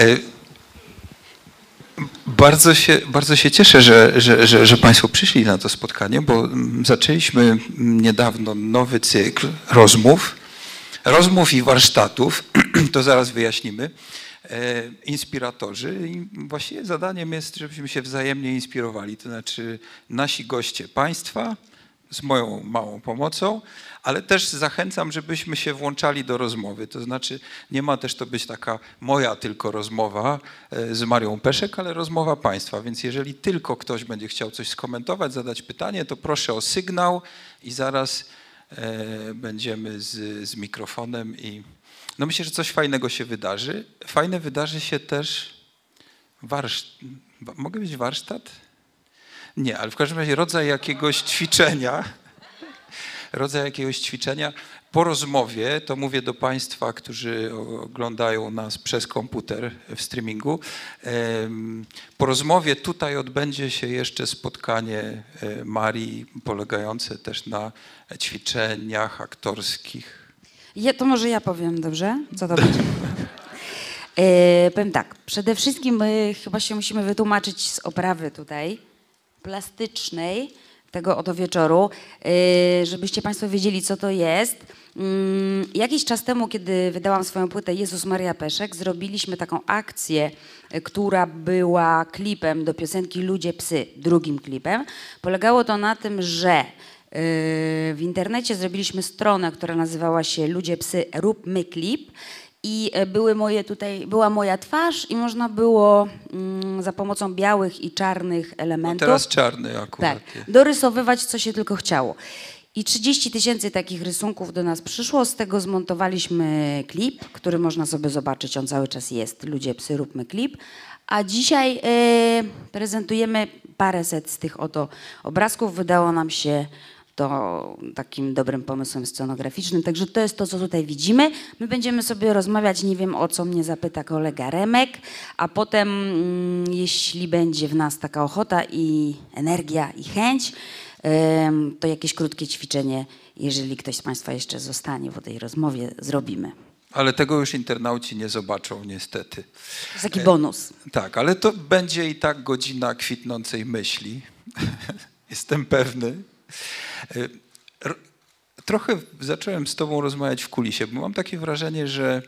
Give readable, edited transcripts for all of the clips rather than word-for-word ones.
E, Bardzo się cieszę, że Państwo przyszli na to spotkanie, bo zaczęliśmy niedawno nowy cykl rozmów i warsztatów, to zaraz wyjaśnimy, inspiratorzy i właściwie zadaniem jest, żebyśmy się wzajemnie inspirowali, to znaczy nasi goście Państwa z moją małą pomocą, ale też zachęcam, żebyśmy się włączali do rozmowy. To znaczy nie ma też to być taka moja tylko rozmowa z Marią Peszek, ale rozmowa Państwa. Więc jeżeli tylko ktoś będzie chciał coś skomentować, zadać pytanie, to proszę o sygnał i zaraz będziemy z mikrofonem i no myślę, że coś fajnego się wydarzy. Fajne wydarzy się też mogę być warsztat? Nie, ale w każdym razie rodzaj jakiegoś ćwiczenia. Po rozmowie, to mówię do Państwa, którzy oglądają nas przez komputer w streamingu, po rozmowie tutaj odbędzie się jeszcze spotkanie Marii polegające też na ćwiczeniach aktorskich. To może ja powiem, dobrze? Co to będzie? Powiem tak, przede wszystkim my chyba się musimy wytłumaczyć z oprawy tutaj plastycznej tego oto wieczoru, żebyście Państwo wiedzieli, co to jest. Jakiś czas temu, kiedy wydałam swoją płytę Jezus Maria Peszek, zrobiliśmy taką akcję, która była klipem do piosenki Ludzie Psy, drugim klipem. Polegało to na tym, że w internecie zrobiliśmy stronę, która nazywała się Ludzie Psy, róbmy klip. I była moja twarz i można było za pomocą białych i czarnych elementów, No teraz czarny akurat. Tak, dorysowywać co się tylko chciało. I 30 000 takich rysunków do nas przyszło, z tego zmontowaliśmy klip, który można sobie zobaczyć, on cały czas jest. Ludzie, psy, róbmy klip. A dzisiaj prezentujemy paręset z tych oto obrazków. Wydało nam się to takim dobrym pomysłem scenograficznym. Także to jest to, co tutaj widzimy. My będziemy sobie rozmawiać, nie wiem o co mnie zapyta kolega Remek, a potem jeśli będzie w nas taka ochota i energia i chęć, to jakieś krótkie ćwiczenie, jeżeli ktoś z Państwa jeszcze zostanie po tej rozmowie, zrobimy. Ale tego już internauci nie zobaczą niestety. To jest taki bonus. Tak, ale to będzie i tak godzina kwitnącej myśli. Jestem pewny. Trochę zacząłem z Tobą rozmawiać w kulisie, bo mam takie wrażenie, że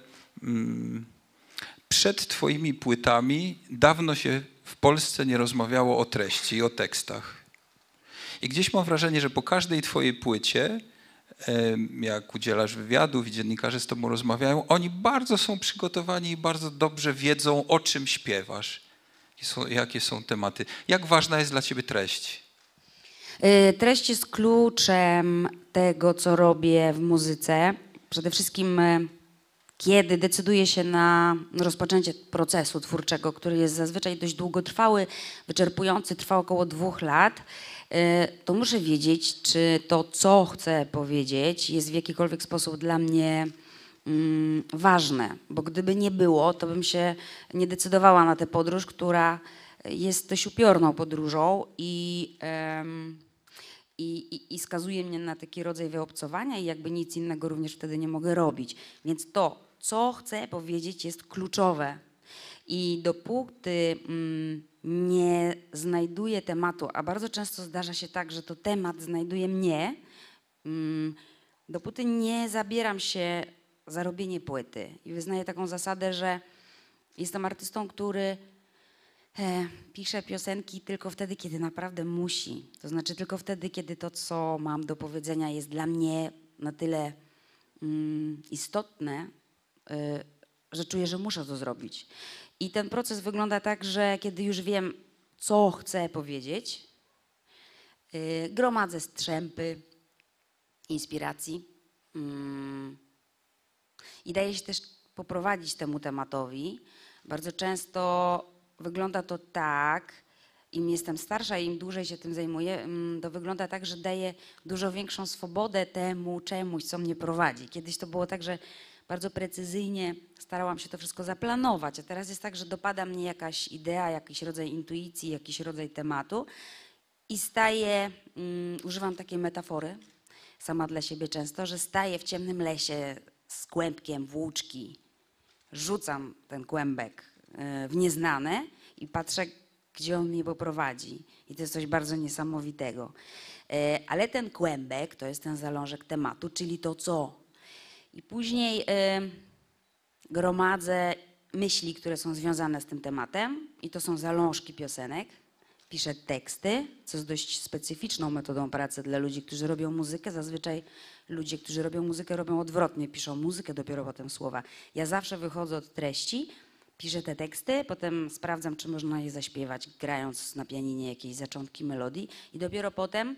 przed Twoimi płytami dawno się w Polsce nie rozmawiało o treści i o tekstach. I gdzieś mam wrażenie, że po każdej Twojej płycie, jak udzielasz wywiadów i dziennikarze z Tobą rozmawiają, oni bardzo są przygotowani i bardzo dobrze wiedzą, o czym śpiewasz, jakie są tematy. Jak ważna jest dla Ciebie treść? Treść jest kluczem tego, co robię w muzyce. Przede wszystkim, kiedy decyduję się na rozpoczęcie procesu twórczego, który jest zazwyczaj dość długotrwały, wyczerpujący, trwa około 2 lat, to muszę wiedzieć, czy to, co chcę powiedzieć, jest w jakikolwiek sposób dla mnie ważne. Bo gdyby nie było, to bym się nie decydowała na tę podróż, która jest dość upiorną podróżą i skazuje mnie na taki rodzaj wyobcowania i jakby nic innego również wtedy nie mogę robić. Więc to, co chcę powiedzieć, jest kluczowe. I dopóty nie znajduję tematu, a bardzo często zdarza się tak, że to temat znajduje mnie, dopóty nie zabieram się za robienie płyty. I wyznaję taką zasadę, że jestem artystą, który piszę piosenki tylko wtedy, kiedy naprawdę musi. To znaczy tylko wtedy, kiedy to, co mam do powiedzenia, jest dla mnie na tyle istotne, że czuję, że muszę to zrobić. I ten proces wygląda tak, że kiedy już wiem, co chcę powiedzieć, gromadzę strzępy inspiracji i daję się też poprowadzić temu tematowi. Bardzo często wygląda to tak, im jestem starsza i im dłużej się tym zajmuję, to wygląda tak, że daję dużo większą swobodę temu czemuś, co mnie prowadzi. Kiedyś to było tak, że bardzo precyzyjnie starałam się to wszystko zaplanować, a teraz jest tak, że dopada mnie jakaś idea, jakiś rodzaj intuicji, jakiś rodzaj tematu i używam takiej metafory, sama dla siebie często, że staję w ciemnym lesie z kłębkiem włóczki, rzucam ten kłębek w nieznane i patrzę, gdzie on mnie poprowadzi. I to jest coś bardzo niesamowitego. Ale ten kłębek to jest ten zalążek tematu, czyli to co. I później gromadzę myśli, które są związane z tym tematem i to są zalążki piosenek. Piszę teksty, co jest dość specyficzną metodą pracy dla ludzi, którzy robią muzykę. Zazwyczaj ludzie, którzy robią muzykę, robią odwrotnie. Piszą muzykę, dopiero potem słowa. Ja zawsze wychodzę od treści, piszę te teksty, potem sprawdzam, czy można je zaśpiewać, grając na pianinie jakieś zaczątki melodii i dopiero potem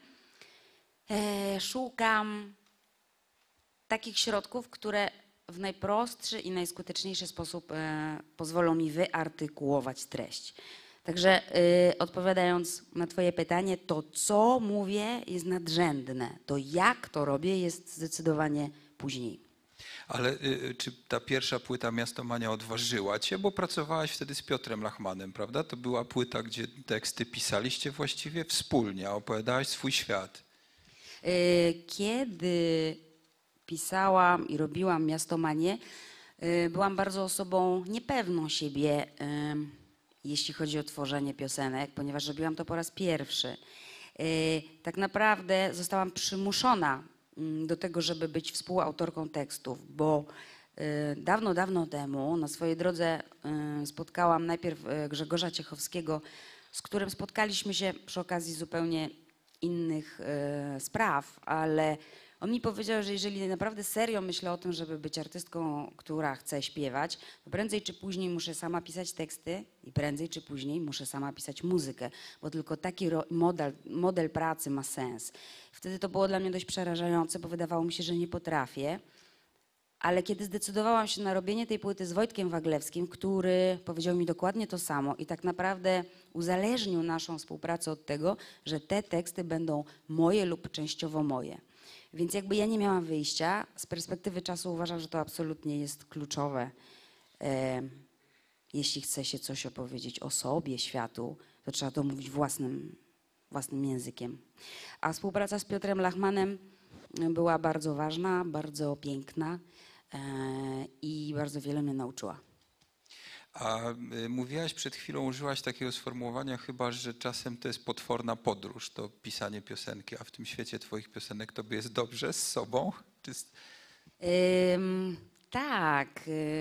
szukam takich środków, które w najprostszy i najskuteczniejszy sposób pozwolą mi wyartykułować treść. Także odpowiadając na twoje pytanie, to co mówię jest nadrzędne. To jak to robię jest zdecydowanie później. Ale czy ta pierwsza płyta Miastomania odważyła cię? Bo pracowałaś wtedy z Piotrem Lachmanem, prawda? To była płyta, gdzie teksty pisaliście właściwie wspólnie, a opowiadałaś swój świat. Kiedy pisałam i robiłam Miastomanię, byłam bardzo osobą niepewną siebie, jeśli chodzi o tworzenie piosenek, ponieważ robiłam to po raz pierwszy. Tak naprawdę zostałam przymuszona do tego, żeby być współautorką tekstów, bo dawno, dawno temu na swojej drodze spotkałam najpierw Grzegorza Ciechowskiego, z którym spotkaliśmy się przy okazji zupełnie innych spraw, ale on mi powiedział, że jeżeli naprawdę serio myślę o tym, żeby być artystką, która chce śpiewać, to prędzej czy później muszę sama pisać teksty i prędzej czy później muszę sama pisać muzykę, bo tylko taki model pracy ma sens. Wtedy to było dla mnie dość przerażające, bo wydawało mi się, że nie potrafię. Ale kiedy zdecydowałam się na robienie tej płyty z Wojtkiem Waglewskim, który powiedział mi dokładnie to samo i tak naprawdę uzależnił naszą współpracę od tego, że te teksty będą moje lub częściowo moje. Więc jakby ja nie miałam wyjścia, z perspektywy czasu uważam, że to absolutnie jest kluczowe. Jeśli chce się coś opowiedzieć o sobie, światu, to trzeba to mówić własnym językiem. A współpraca z Piotrem Lachmanem była bardzo ważna, bardzo piękna i bardzo wiele mnie nauczyła. A mówiłaś przed chwilą, użyłaś takiego sformułowania chyba, że czasem to jest potworna podróż, to pisanie piosenki, a w tym świecie twoich piosenek tobie jest dobrze z sobą? Tak,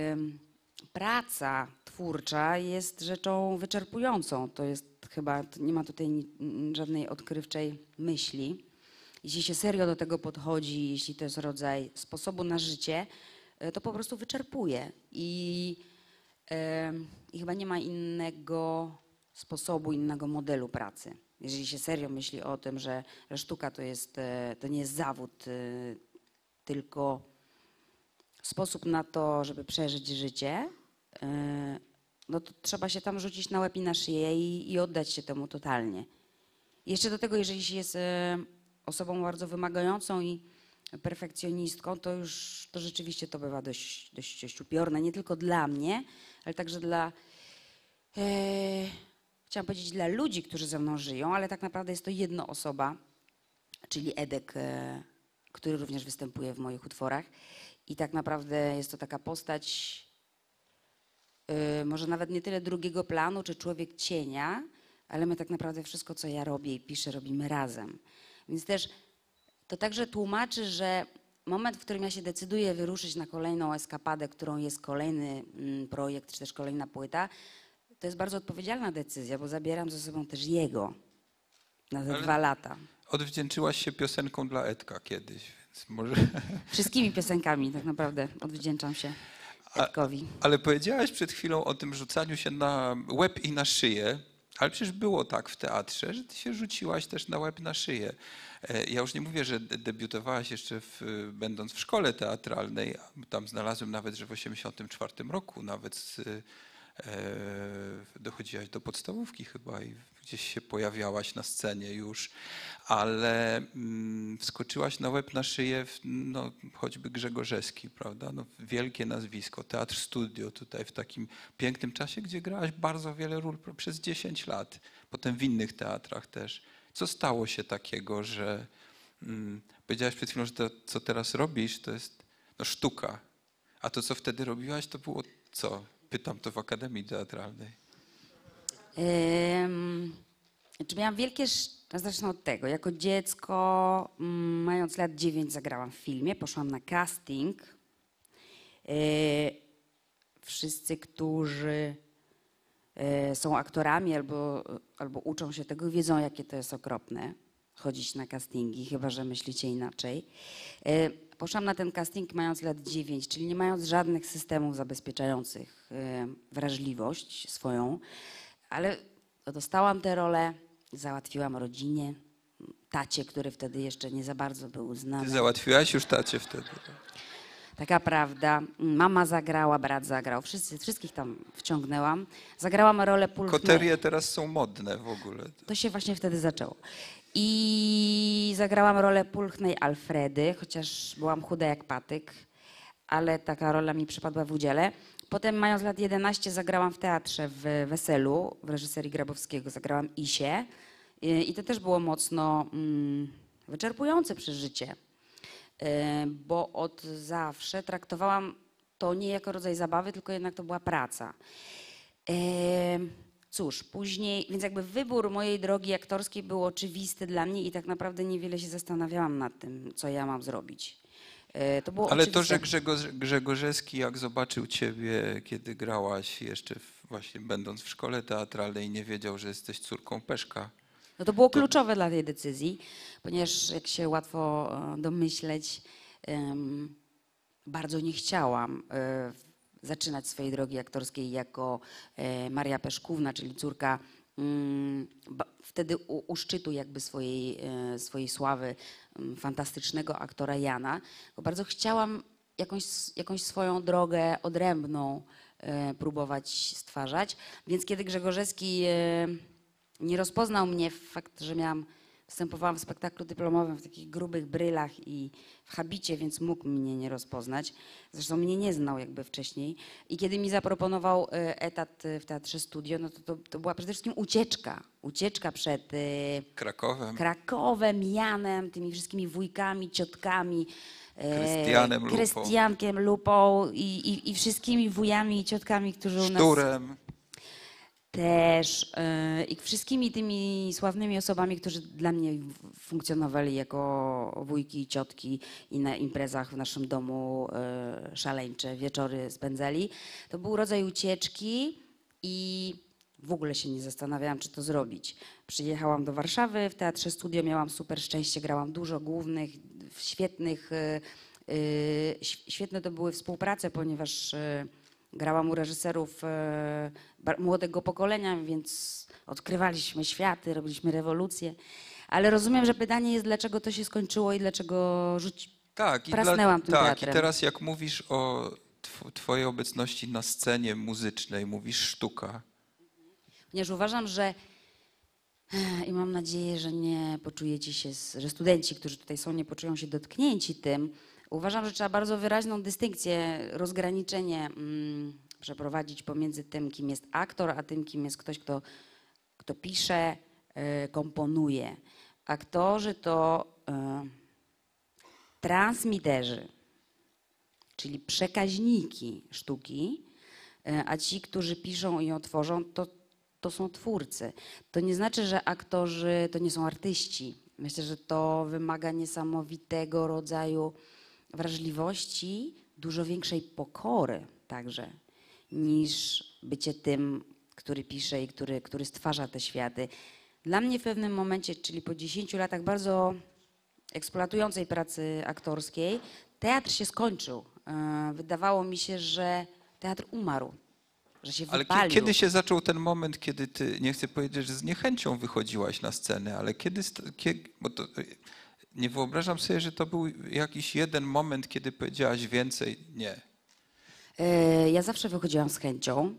praca twórcza jest rzeczą wyczerpującą. To jest chyba, nie ma tutaj żadnej odkrywczej myśli. Jeśli się serio do tego podchodzi, jeśli to jest rodzaj sposobu na życie, to po prostu wyczerpuje. I chyba nie ma innego sposobu, innego modelu pracy. Jeżeli się serio myśli o tym, że sztuka to nie jest zawód, tylko sposób na to, żeby przeżyć życie, no to trzeba się tam rzucić na łeb i na szyję i oddać się temu totalnie. I jeszcze do tego, jeżeli się jest osobą bardzo wymagającą i perfekcjonistką, to rzeczywiście to bywa dość upiorne, nie tylko dla mnie, ale także dla, chciałam powiedzieć, dla ludzi, którzy ze mną żyją, ale tak naprawdę jest to jedna osoba, czyli Edek, który również występuje w moich utworach. I tak naprawdę jest to taka postać, może nawet nie tyle drugiego planu, czy człowiek cienia, ale my tak naprawdę wszystko, co ja robię i piszę, robimy razem. Więc też to także tłumaczy, że moment, w którym ja się decyduję wyruszyć na kolejną eskapadę, którą jest kolejny projekt, czy też kolejna płyta, to jest bardzo odpowiedzialna decyzja, bo zabieram ze sobą też jego na te 2 lata. Odwdzięczyłaś się piosenką dla Edka kiedyś, więc może... Wszystkimi piosenkami tak naprawdę odwdzięczam się Edkowi. Ale powiedziałaś przed chwilą o tym rzucaniu się na łeb i na szyję, ale przecież było tak w teatrze, że ty się rzuciłaś też na łeb, na szyję. Ja już nie mówię, że debiutowałaś jeszcze będąc w szkole teatralnej. Tam znalazłem nawet, że w 1984 roku nawet dochodziłaś do podstawówki chyba i gdzieś się pojawiałaś na scenie już, ale wskoczyłaś na łeb, na szyję, no, choćby Grzegorzewski, prawda? No, wielkie nazwisko, Teatr Studio tutaj w takim pięknym czasie, gdzie grałaś bardzo wiele ról przez 10 lat, potem w innych teatrach też. Co stało się takiego, że powiedziałaś przed chwilą, że to, co teraz robisz, to jest no, sztuka, a to, co wtedy robiłaś, to było co? Pytam to w Akademii Teatralnej. Czy miałam wielkie... Zacznę od tego. Jako dziecko, mając lat 9, zagrałam w filmie. Poszłam na casting. Wszyscy, którzy są aktorami albo uczą się tego, wiedzą, jakie to jest okropne chodzić na castingi, chyba że myślicie inaczej. Poszłam na ten casting mając lat 9, czyli nie mając żadnych systemów zabezpieczających wrażliwość swoją, ale dostałam tę rolę, załatwiłam rodzinie, tacie, który wtedy jeszcze nie za bardzo był znany. Ty załatwiłaś już tacie wtedy. Taka prawda. Mama zagrała, brat zagrał, wszystkich tam wciągnęłam. Zagrałam rolę pulchnej. Koterie teraz są modne w ogóle. To się właśnie wtedy zaczęło. I zagrałam rolę pulchnej Alfredy, chociaż byłam chuda jak patyk, ale taka rola mi przypadła w udziale. Potem, mając lat 11, zagrałam w teatrze w Weselu, w reżyserii Grabowskiego. Zagrałam Isię i to też było mocno wyczerpujące przeżycie, bo od zawsze traktowałam to nie jako rodzaj zabawy, tylko jednak to była praca. Cóż, później, więc jakby wybór mojej drogi aktorskiej był oczywisty dla mnie i tak naprawdę niewiele się zastanawiałam nad tym, co ja mam zrobić. To było Ale oczywiste. to, że Grzegorzewski, jak zobaczył ciebie, kiedy grałaś jeszcze właśnie będąc w szkole teatralnej, nie wiedział, że jesteś córką Peszka. No to było kluczowe dla tej decyzji, ponieważ jak się łatwo domyśleć, bardzo nie chciałam zaczynać swojej drogi aktorskiej jako Maria Peszkówna, czyli córka wtedy u szczytu jakby swojej sławy fantastycznego aktora Jana. Bo bardzo chciałam jakąś swoją drogę odrębną próbować stwarzać, więc kiedy Grzegorzewski nie rozpoznał mnie, fakt, że występowałam w spektaklu dyplomowym w takich grubych brylach i w habicie, więc mógł mnie nie rozpoznać. Zresztą mnie nie znał jakby wcześniej. I kiedy mi zaproponował etat w Teatrze Studio, no to była przede wszystkim ucieczka. Ucieczka przed Krakowem, Janem, tymi wszystkimi wujkami, ciotkami, Krystiankiem Lupą i wszystkimi wujami i ciotkami, którzy u nas... Szturem. Też i wszystkimi tymi sławnymi osobami, którzy dla mnie funkcjonowali jako wujki i ciotki i na imprezach w naszym domu szaleńcze wieczory spędzali. To był rodzaj ucieczki i w ogóle się nie zastanawiałam, czy to zrobić. Przyjechałam do Warszawy, w Teatrze Studio miałam super szczęście, grałam dużo głównych, świetne to były współprace, ponieważ grałam u reżyserów młodego pokolenia, więc odkrywaliśmy światy, robiliśmy rewolucję. Ale rozumiem, że pytanie jest, dlaczego to się skończyło i dlaczego prasnęłam tym teatrem. I teraz jak mówisz o twojej obecności na scenie muzycznej, mówisz sztuka. Ponieważ uważam, że i mam nadzieję, że nie poczujecie się, że studenci, którzy tutaj są, nie poczują się dotknięci tym. Uważam, że trzeba bardzo wyraźną dystynkcję, rozgraniczenie przeprowadzić pomiędzy tym, kim jest aktor, a tym, kim jest ktoś, kto pisze, komponuje. Aktorzy to transmiterzy, czyli przekaźniki sztuki, a ci, którzy piszą i ją tworzą, to są twórcy. To nie znaczy, że aktorzy to nie są artyści. Myślę, że to wymaga niesamowitego rodzaju wrażliwości, dużo większej pokory także, niż bycie tym, który pisze i który stwarza te światy. Dla mnie w pewnym momencie, czyli po 10 latach bardzo eksploatującej pracy aktorskiej, teatr się skończył. Wydawało mi się, że teatr umarł, że się wypalił. Ale kiedy się zaczął ten moment, kiedy ty, nie chcę powiedzieć, że z niechęcią wychodziłaś na scenę, ale bo to, nie wyobrażam sobie, że to był jakiś jeden moment, kiedy powiedziałaś więcej nie. Ja zawsze wychodziłam z chęcią,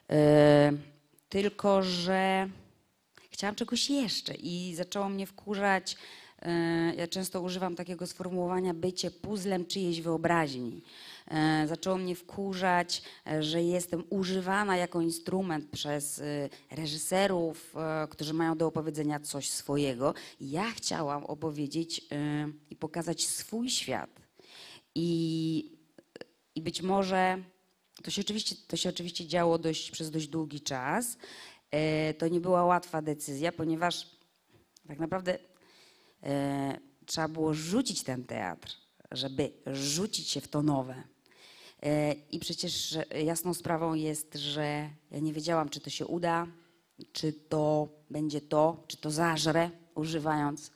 tylko że chciałam czegoś jeszcze i zaczęło mnie wkurzać. Ja często używam takiego sformułowania bycie puzzlem czyjejś wyobraźni. Zaczęło mnie wkurzać, że jestem używana jako instrument przez reżyserów, którzy mają do opowiedzenia coś swojego. Ja chciałam opowiedzieć i pokazać swój świat. I być może To się oczywiście działo przez dość długi czas. To nie była łatwa decyzja, ponieważ tak naprawdę trzeba było rzucić ten teatr, żeby rzucić się w to nowe. I przecież jasną sprawą jest, że ja nie wiedziałam, czy to się uda, czy to będzie to, czy to zażre, używając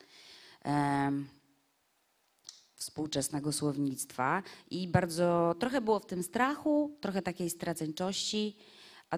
współczesnego słownictwa. I trochę było w tym strachu, trochę takiej straceńczości, a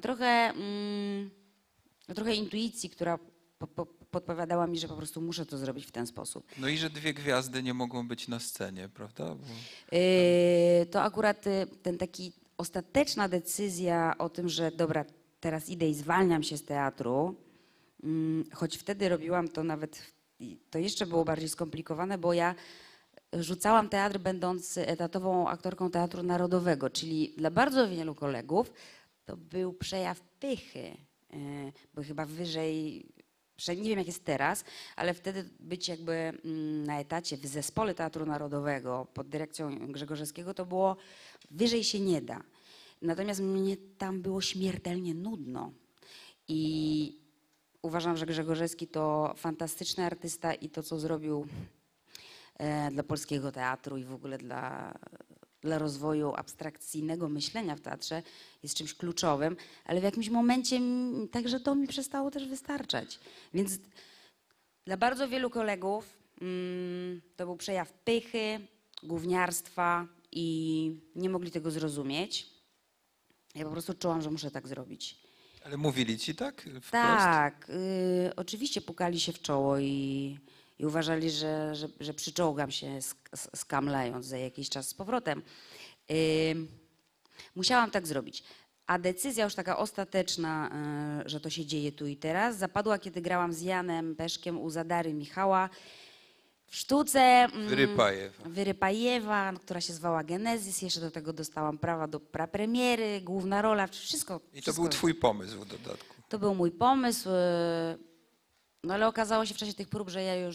trochę intuicji, która podpowiadała mi, że po prostu muszę to zrobić w ten sposób. No i że dwie gwiazdy nie mogą być na scenie, prawda? Bo To akurat ostateczna decyzja o tym, że dobra, teraz idę i zwalniam się z teatru, choć wtedy robiłam to to jeszcze było bardziej skomplikowane, bo ja rzucałam teatr będąc etatową aktorką Teatru Narodowego, czyli dla bardzo wielu kolegów to był przejaw pychy, bo chyba wyżej, nie wiem jak jest teraz, ale wtedy być jakby na etacie w zespole Teatru Narodowego pod dyrekcją Grzegorzewskiego to było wyżej się nie da. Natomiast mnie tam było śmiertelnie nudno i uważam, że Grzegorzewski to fantastyczny artysta i to, co zrobił dla polskiego teatru i w ogóle dla rozwoju abstrakcyjnego myślenia w teatrze jest czymś kluczowym, ale w jakimś momencie także to mi przestało też wystarczać. Więc dla bardzo wielu kolegów to był przejaw pychy, gówniarstwa i nie mogli tego zrozumieć. Ja po prostu czułam, że muszę tak zrobić. ale mówili ci tak wprost? Tak, oczywiście pukali się w czoło i uważali, że przyczołgam się skamlając za jakiś czas z powrotem. Musiałam tak zrobić. A decyzja już taka ostateczna, że to się dzieje tu i teraz, zapadła, kiedy grałam z Janem Peszkiem u Zadary Michała w sztuce Wyrypajewa, która się zwała Genezis. Jeszcze do tego dostałam prawa do prapremiery, główna rola, wszystko. I to był twój pomysł w dodatku. To był mój pomysł, no ale okazało się w czasie tych prób,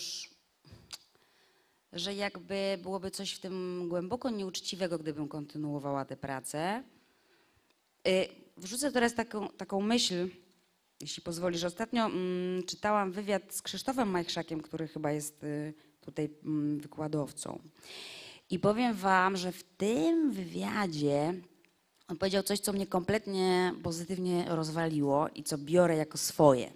że jakby byłoby coś w tym głęboko nieuczciwego, gdybym kontynuowała tę pracę. Wrzucę teraz taką myśl, jeśli pozwolisz. Ostatnio czytałam wywiad z Krzysztofem Majchrzakiem, który chyba jest tutaj wykładowcą. I powiem wam, że w tym wywiadzie on powiedział coś, co mnie kompletnie pozytywnie rozwaliło i co biorę jako swoje.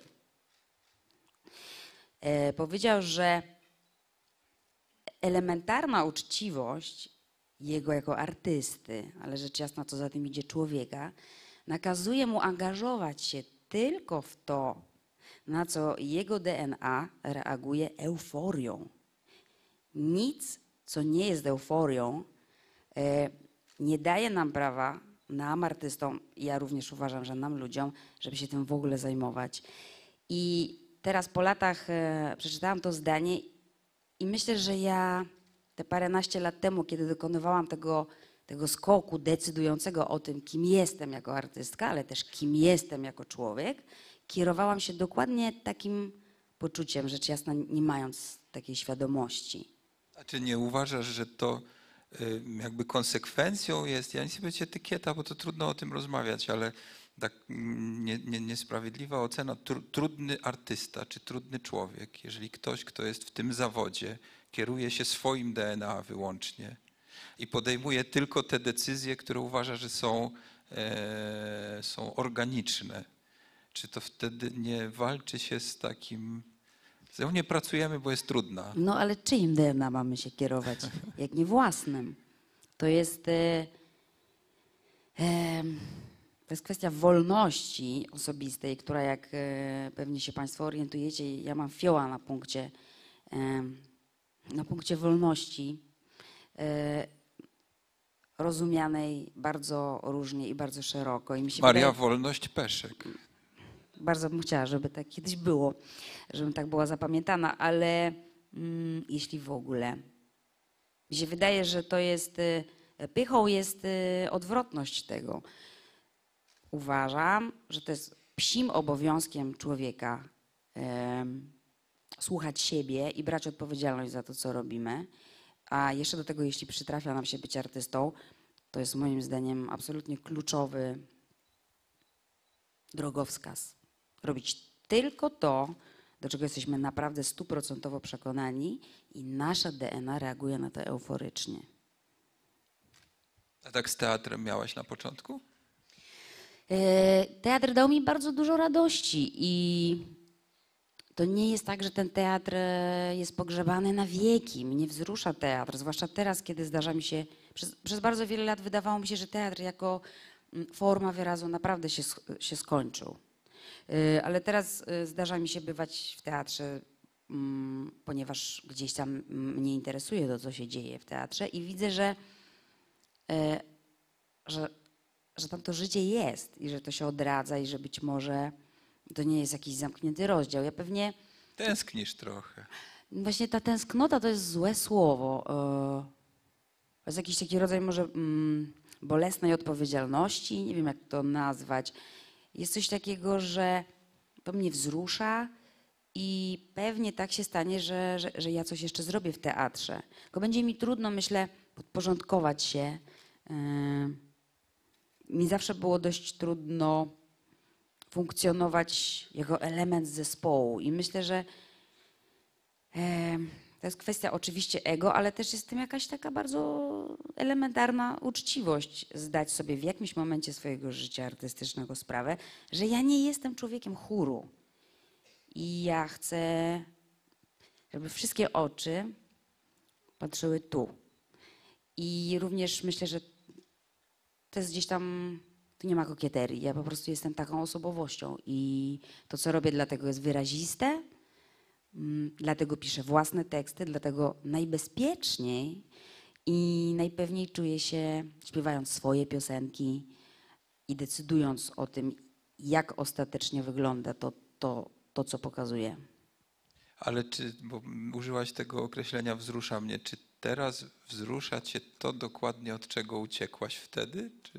Powiedział, że elementarna uczciwość jego jako artysty, ale rzecz jasna, co za tym idzie człowieka, nakazuje mu angażować się tylko w to, na co jego DNA reaguje euforią. Nic, co nie jest euforią, nie daje nam prawa, nam artystom, ja również uważam, że nam ludziom, żeby się tym w ogóle zajmować. I teraz po latach przeczytałam to zdanie i myślę, że ja te paręnaście lat temu, kiedy dokonywałam tego skoku decydującego o tym, kim jestem jako artystka, ale też kim jestem jako człowiek, kierowałam się dokładnie takim poczuciem, rzecz jasna, nie mając takiej świadomości. A czy nie uważasz, że to jakby konsekwencją jest, ja nie chcę powiedzieć etykieta, bo to trudno o tym rozmawiać, ale tak niesprawiedliwa ocena, trudny artysta czy trudny człowiek, jeżeli ktoś, kto jest w tym zawodzie, kieruje się swoim DNA wyłącznie i podejmuje tylko te decyzje, które uważa, że są organiczne, czy to wtedy nie walczy się z takim... Z nią nie pracujemy, bo jest trudna. No ale czyim DNA mamy się kierować, jak nie własnym? To jest kwestia wolności osobistej, która jak pewnie się Państwo orientujecie, ja mam fioła na punkcie wolności rozumianej bardzo różnie i bardzo szeroko. I mi się Maria wydaje, Wolność Peszek. bardzo bym chciała, żeby tak kiedyś było, żebym tak była zapamiętana, ale jeśli w ogóle. Mi się wydaje, że to jest, pychą jest odwrotność tego. Uważam, że to jest psim obowiązkiem człowieka słuchać siebie i brać odpowiedzialność za to, co robimy. A jeszcze do tego, jeśli przytrafia nam się być artystą, To jest moim zdaniem absolutnie kluczowy drogowskaz. Robić tylko to, do czego jesteśmy naprawdę 100% przekonani i nasza DNA reaguje na to euforycznie. A tak z teatrem miałaś na początku? Teatr dał mi bardzo dużo radości i to nie jest tak, że ten teatr jest pogrzebany na wieki. Mnie wzrusza teatr, zwłaszcza teraz, kiedy zdarza mi się, przez bardzo wiele lat wydawało mi się, że teatr jako forma wyrazu naprawdę się skończył. Ale teraz zdarza mi się bywać w teatrze, ponieważ gdzieś tam mnie interesuje to, co się dzieje w teatrze i widzę, że tam to życie jest i że to się odradza i że być może to nie jest jakiś zamknięty rozdział. Ja pewnie... Tęsknisz trochę. Właśnie ta tęsknota to jest złe słowo. To jest jakiś taki rodzaj może bolesnej odpowiedzialności, nie wiem jak to nazwać. Jest coś takiego, że to mnie wzrusza i pewnie tak się stanie, że ja coś jeszcze zrobię w teatrze. Tylko będzie mi trudno, myślę, podporządkować się. Mi zawsze było dość trudno funkcjonować jako element zespołu i myślę, że to jest kwestia oczywiście ego, ale też jest w tym jakaś taka bardzo elementarna uczciwość. Zdać sobie w jakimś momencie swojego życia artystycznego sprawę, że ja nie jestem człowiekiem chóru. I ja chcę, żeby wszystkie oczy patrzyły tu. I również myślę, że to jest gdzieś tam, tu nie ma kokieterii. Ja po prostu jestem taką osobowością i to, co robię, dlatego jest wyraziste, dlatego piszę własne teksty, dlatego najbezpieczniej i najpewniej czuję się śpiewając swoje piosenki i decydując o tym, jak ostatecznie wygląda to co pokazuję. Ale bo użyłaś tego określenia wzrusza mnie, czy teraz wzrusza cię to dokładnie, od czego uciekłaś wtedy? Czy...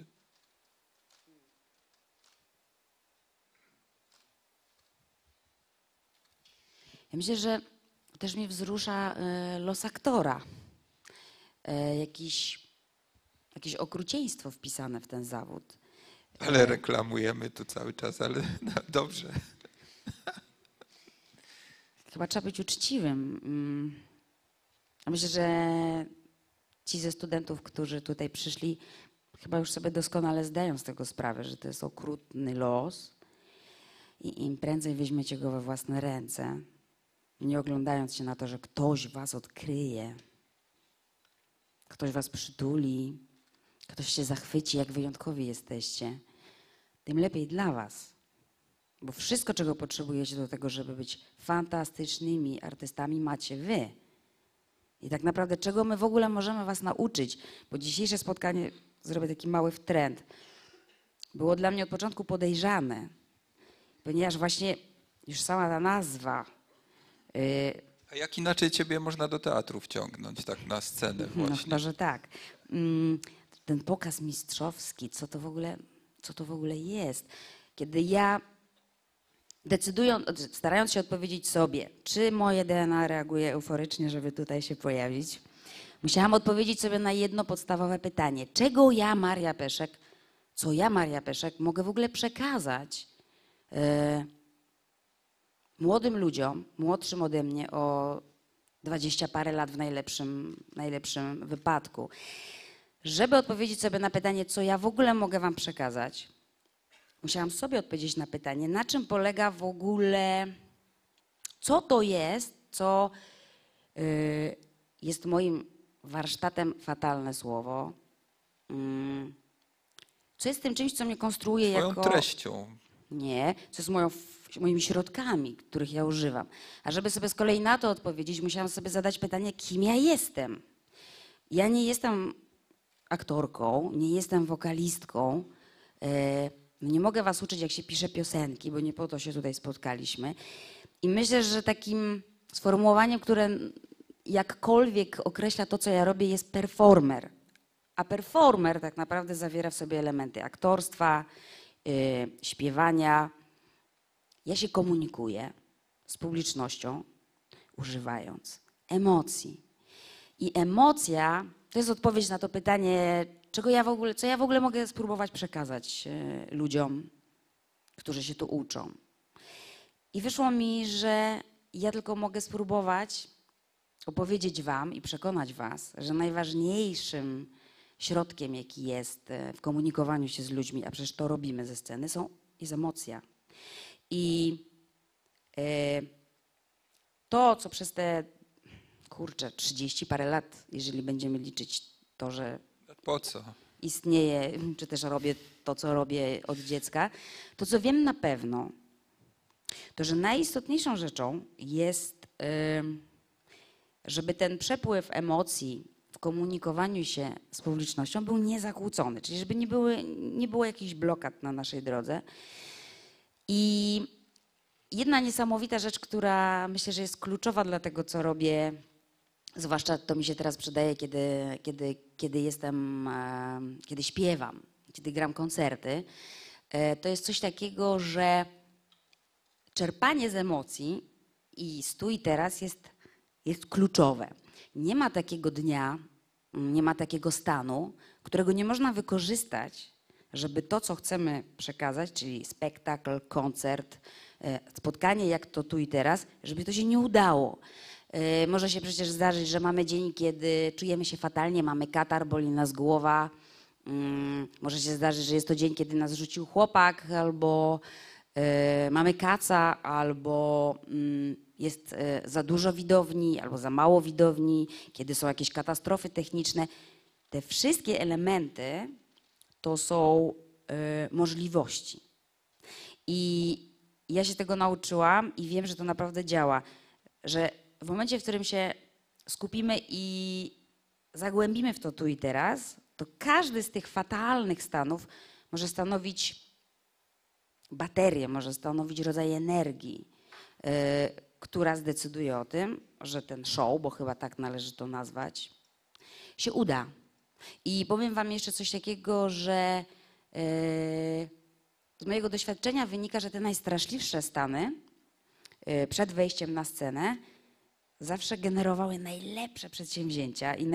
Ja myślę, że też mnie wzrusza los aktora. Jakieś okrucieństwo wpisane w ten zawód. Ale reklamujemy tu cały czas, ale no, dobrze. Chyba trzeba być uczciwym. Myślę, że ci ze studentów, którzy tutaj przyszli, chyba już sobie doskonale zdają z tego sprawę, że to jest okrutny los i im prędzej weźmiecie go we własne ręce, nie oglądając się na to, że ktoś was odkryje, ktoś was przytuli, ktoś się zachwyci, jak wyjątkowi jesteście, tym lepiej dla was. Bo wszystko, czego potrzebujecie do tego, żeby być fantastycznymi artystami, macie wy. I tak naprawdę czego my w ogóle możemy was nauczyć? Bo dzisiejsze spotkanie, zrobię taki mały wtręt, było dla mnie od początku podejrzane, ponieważ właśnie już sama ta nazwa... A jak inaczej ciebie można do teatru wciągnąć, tak na scenę No właśnie? chyba, że tak. Ten pokaz mistrzowski, co to w ogóle jest? Kiedy ja starając się odpowiedzieć sobie, czy moje DNA reaguje euforycznie, żeby tutaj się pojawić, musiałam odpowiedzieć sobie na jedno podstawowe pytanie. Czego ja, Maria Peszek, co ja, Maria Peszek, mogę w ogóle przekazać młodym ludziom, młodszym ode mnie o 20 parę lat w najlepszym wypadku. Żeby odpowiedzieć sobie na pytanie, co ja w ogóle mogę wam przekazać, musiałam sobie odpowiedzieć na pytanie, na czym polega w ogóle, co to jest, co jest moim warsztatem, fatalne słowo, co jest tym czymś, co mnie konstruuje Twoją jako... treścią. Nie, co jest moimi środkami, których ja używam. A żeby sobie z kolei na to odpowiedzieć, musiałam sobie zadać pytanie, kim ja jestem. Ja nie jestem aktorką, nie jestem wokalistką. Nie mogę was uczyć, jak się pisze piosenki, bo nie po to się tutaj spotkaliśmy. I myślę, że takim sformułowaniem, które jakkolwiek określa to, co ja robię, jest performer. A performer tak naprawdę zawiera w sobie elementy aktorstwa, śpiewania. Ja się komunikuję z publicznością, używając emocji. I emocja to jest odpowiedź na to pytanie, co ja w ogóle mogę spróbować przekazać ludziom, którzy się tu uczą. I wyszło mi, że ja tylko mogę spróbować opowiedzieć wam i przekonać was, że najważniejszym środkiem, jaki jest w komunikowaniu się z ludźmi, a przecież to robimy ze sceny, jest emocja. I to, co przez te, 30 parę lat, jeżeli będziemy liczyć to, że Po co? istnieje, czy też robię to, co robię od dziecka, to co wiem na pewno, to że najistotniejszą rzeczą jest, żeby ten przepływ emocji w komunikowaniu się z publicznością był niezakłócony, czyli żeby nie było jakichś blokad na naszej drodze. I jedna niesamowita rzecz, która myślę, że jest kluczowa dla tego, co robię, zwłaszcza to mi się teraz przydaje, kiedy śpiewam, kiedy gram koncerty, to jest coś takiego, że czerpanie z emocji i tu i teraz jest kluczowe. Nie ma takiego dnia, nie ma takiego stanu, którego nie można wykorzystać, żeby to, co chcemy przekazać, czyli spektakl, koncert, spotkanie jak to tu i teraz, żeby to się nie udało. Może się przecież zdarzyć, że mamy dzień, kiedy czujemy się fatalnie, mamy katar, boli nas głowa. Może się zdarzyć, że jest to dzień, kiedy nas rzucił chłopak, albo mamy kaca, albo jest za dużo widowni, albo za mało widowni, kiedy są jakieś katastrofy techniczne. Te wszystkie elementy to są możliwości. I ja się tego nauczyłam i wiem, że to naprawdę działa, że w momencie, w którym się skupimy i zagłębimy w to tu i teraz, to każdy z tych fatalnych stanów może stanowić baterię, może stanowić rodzaj energii, która zdecyduje o tym, że ten show, bo chyba tak należy to nazwać, się uda. I powiem wam jeszcze coś takiego, że z mojego doświadczenia wynika, że te najstraszliwsze stany przed wejściem na scenę zawsze generowały najlepsze przedsięwzięcia i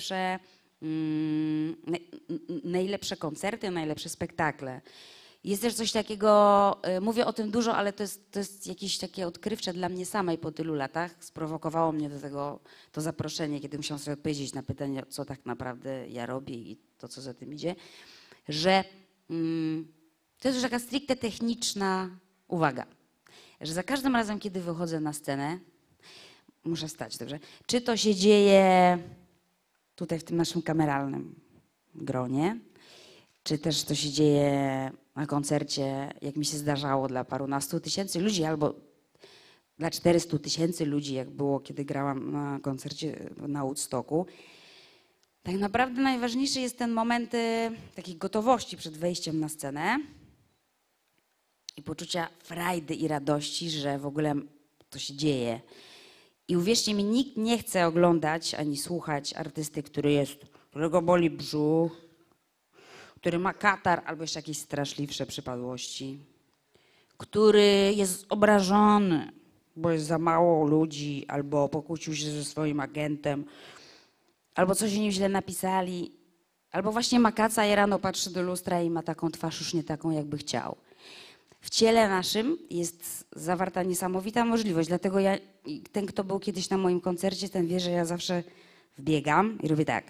najlepsze koncerty, najlepsze spektakle. Jest też coś takiego, mówię o tym dużo, ale to jest jakieś takie odkrywcze dla mnie samej po tylu latach. Sprowokowało mnie do tego to zaproszenie, kiedy musiałam sobie odpowiedzieć na pytanie, co tak naprawdę ja robię i to, co za tym idzie, że to jest już taka stricte techniczna uwaga, że za każdym razem, kiedy wychodzę na scenę, muszę stać, dobrze? Czy to się dzieje tutaj w tym naszym kameralnym gronie, czy też to się dzieje na koncercie, jak mi się zdarzało, dla parunastu tysięcy ludzi, albo dla 400 000 ludzi, jak było, kiedy grałam na koncercie na Woodstocku. Tak naprawdę najważniejszy jest ten moment takiej gotowości przed wejściem na scenę i poczucia frajdy i radości, że w ogóle to się dzieje. I uwierzcie mi, nikt nie chce oglądać ani słuchać artysty, którego boli brzuch, który ma katar albo jeszcze jakieś straszliwsze przypadłości, który jest obrażony, bo jest za mało ludzi, albo pokłócił się ze swoim agentem, albo coś o nim źle napisali, albo właśnie ma kaca i rano patrzy do lustra i ma taką twarz już nie taką, jakby chciał. W ciele naszym jest zawarta niesamowita możliwość, dlatego ten, kto był kiedyś na moim koncercie, ten wie, że ja zawsze wbiegam i robię tak.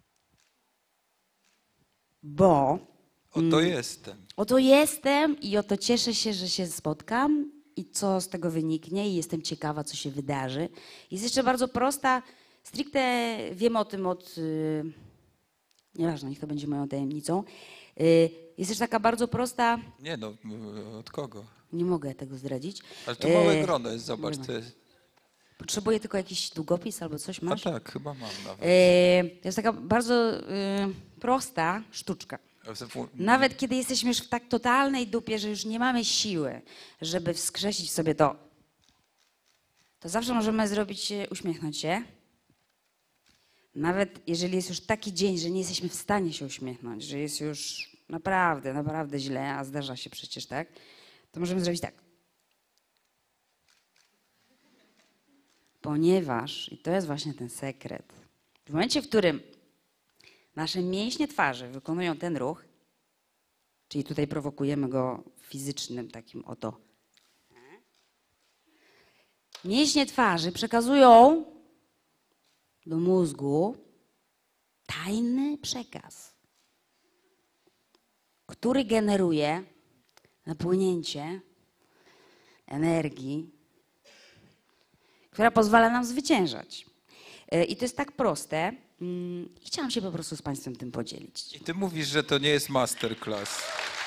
Bo Oto jestem. Oto jestem i oto cieszę się, że się spotkam i co z tego wyniknie i jestem ciekawa, co się wydarzy. Jest jeszcze bardzo prosta, stricte wiem o tym nieważne, niech to będzie moją tajemnicą. Jest też taka bardzo prosta... Nie no, od kogo? Nie mogę tego zdradzić. Ale to małe grono jest, zobacz. To jest... Potrzebuję tylko jakiś długopis albo coś, A masz? tak, chyba mam nawet. To jest taka bardzo prosta sztuczka. Nawet kiedy jesteśmy już w tak totalnej dupie, że już nie mamy siły, żeby wskrzesić sobie to zawsze możemy zrobić, uśmiechnąć się. Nawet jeżeli jest już taki dzień, że nie jesteśmy w stanie się uśmiechnąć, że jest już naprawdę, naprawdę źle, a zdarza się przecież, tak? To możemy zrobić tak. Ponieważ, i to jest właśnie ten sekret, w momencie, w którym nasze mięśnie twarzy wykonują ten ruch, czyli tutaj prowokujemy go fizycznym takim oto. Mięśnie twarzy przekazują do mózgu tajny przekaz, który generuje napłynięcie energii, która pozwala nam zwyciężać. I to jest tak proste. I chciałam się po prostu z Państwem tym podzielić. I ty mówisz, że to nie jest masterclass.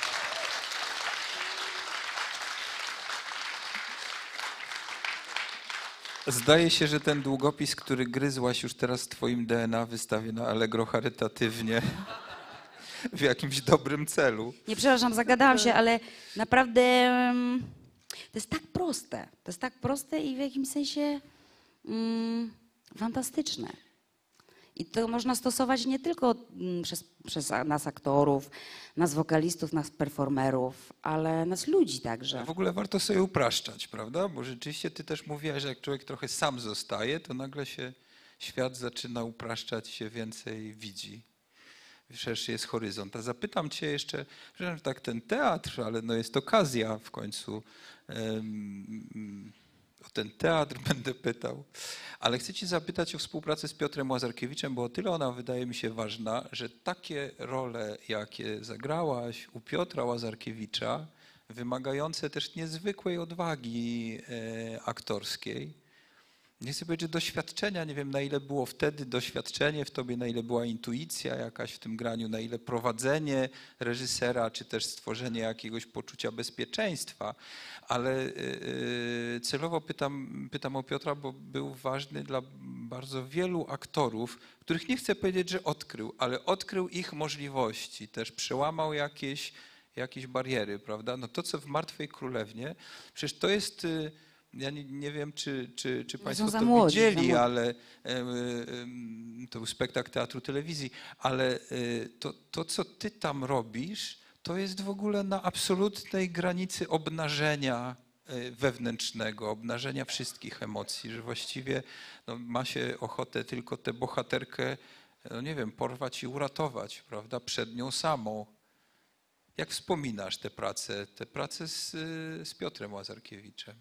Zdaje się, że ten długopis, który gryzłaś już teraz w twoim DNA, wystawię na Allegro charytatywnie w jakimś dobrym celu. Nie, przepraszam, zagadałam się, ale naprawdę to jest tak proste. To jest tak proste i w jakimś sensie fantastyczne. I to można stosować nie tylko przez nas aktorów, nas wokalistów, nas performerów, ale nas ludzi także. W ogóle warto sobie upraszczać, prawda? Bo rzeczywiście ty też mówiłaś, że jak człowiek trochę sam zostaje, to nagle się świat zaczyna upraszczać, się więcej widzi. Szerszy jest horyzont. A zapytam cię jeszcze, że tak ten teatr, ale no jest okazja w końcu. O ten teatr będę pytał. Ale chcę cię zapytać o współpracę z Piotrem Łazarkiewiczem, bo o tyle ona wydaje mi się ważna, że takie role, jakie zagrałaś u Piotra Łazarkiewicza, wymagające też niezwykłej odwagi aktorskiej. Nie chcę powiedzieć, że doświadczenia, nie wiem na ile było wtedy doświadczenie w tobie, na ile była intuicja jakaś w tym graniu, na ile prowadzenie reżysera, czy też stworzenie jakiegoś poczucia bezpieczeństwa, ale celowo pytam o Piotra, bo był ważny dla bardzo wielu aktorów, których nie chcę powiedzieć, że odkrył, ale odkrył ich możliwości, też przełamał jakieś bariery, prawda? No to, co w Martwej Królewnie, przecież to jest... Ja nie wiem, czy Państwo to młodzi, widzieli, ale to był spektakl Teatru Telewizji, ale to, co ty tam robisz, to jest w ogóle na absolutnej granicy obnażenia wewnętrznego, obnażenia wszystkich emocji, że właściwie no, ma się ochotę tylko tę bohaterkę, no nie wiem, porwać i uratować, prawda, przed nią samą. Jak wspominasz tę pracę z Piotrem Łazarkiewiczem?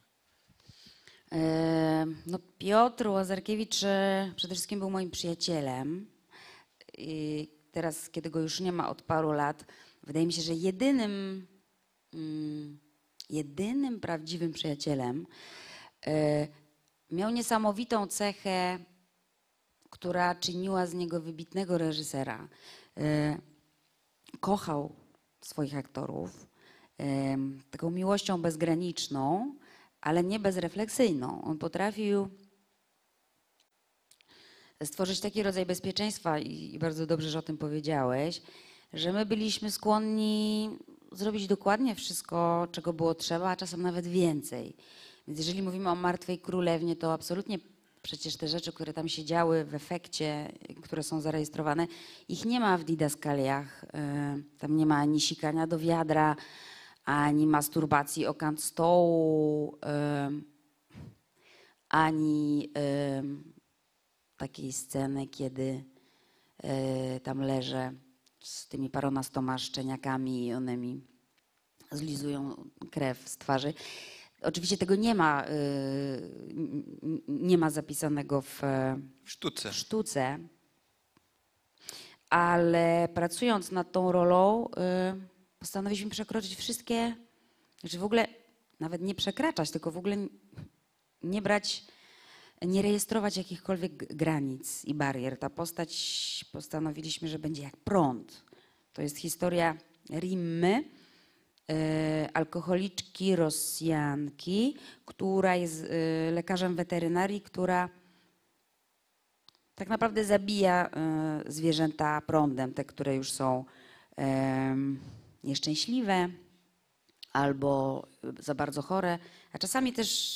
No, Piotr Łazarkiewicz przede wszystkim był moim przyjacielem. I teraz, kiedy go już nie ma od paru lat, wydaje mi się, że jedynym prawdziwym przyjacielem. Miał niesamowitą cechę, która czyniła z niego wybitnego reżysera. Kochał swoich aktorów taką miłością bezgraniczną, ale nie bezrefleksyjną. On potrafił stworzyć taki rodzaj bezpieczeństwa i bardzo dobrze, że o tym powiedziałeś, że my byliśmy skłonni zrobić dokładnie wszystko, czego było trzeba, a czasem nawet więcej. Więc jeżeli mówimy o Martwej Królewnie, to absolutnie przecież te rzeczy, które tam się działy w efekcie, które są zarejestrowane, ich nie ma w didaskaliach. Tam nie ma ani sikania do wiadra, ani masturbacji o kant stołu, ani takiej sceny, kiedy tam leżę z tymi paroma szczeniakami i one mi zlizują krew z twarzy. Oczywiście tego nie ma zapisanego w sztuce, ale pracując nad tą rolą postanowiliśmy przekroczyć wszystkie, znaczy w ogóle nawet nie przekraczać, tylko w ogóle nie rejestrować jakichkolwiek granic i barier. Ta postać postanowiliśmy, że będzie jak prąd. To jest historia Rimmy, alkoholiczki Rosjanki, która jest lekarzem weterynarii, która tak naprawdę zabija zwierzęta prądem, te, które już są nieszczęśliwe albo za bardzo chore, a czasami też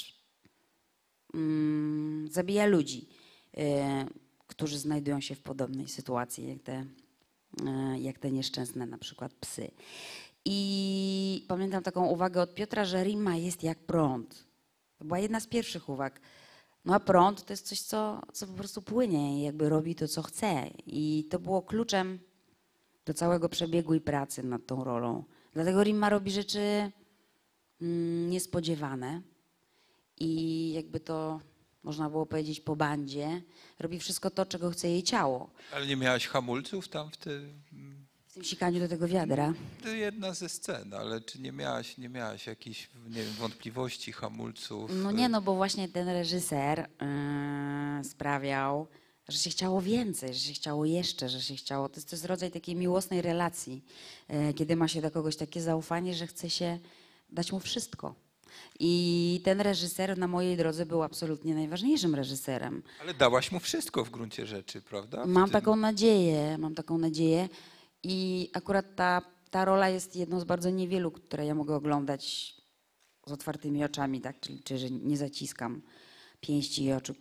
zabija ludzi, którzy znajdują się w podobnej sytuacji, jak te nieszczęsne na przykład psy. I pamiętam taką uwagę od Piotra, że Rimma jest jak prąd. To była jedna z pierwszych uwag. No a prąd to jest coś, co po prostu płynie i jakby robi to, co chce. I to było kluczem do całego przebiegu i pracy nad tą rolą. Dlatego Rimma robi rzeczy niespodziewane i jakby to można było powiedzieć po bandzie, robi wszystko to, czego chce jej ciało. Ale nie miałaś hamulców tam w tym? W tym sikaniu do tego wiadra. To jedna ze scen, ale czy nie miałaś jakichś, nie wiem, wątpliwości, hamulców? No nie, no bo właśnie ten reżyser sprawiał, że się chciało więcej, że się chciało jeszcze, że się chciało... To jest rodzaj takiej miłosnej relacji, kiedy ma się do kogoś takie zaufanie, że chce się dać mu wszystko. I ten reżyser na mojej drodze był absolutnie najważniejszym reżyserem. Ale dałaś mu wszystko w gruncie rzeczy, prawda? W Mam tym- taką nadzieję i akurat ta rola jest jedną z bardzo niewielu, które ja mogę oglądać z otwartymi oczami, tak? Czyli że nie zaciskam pięści i oczu,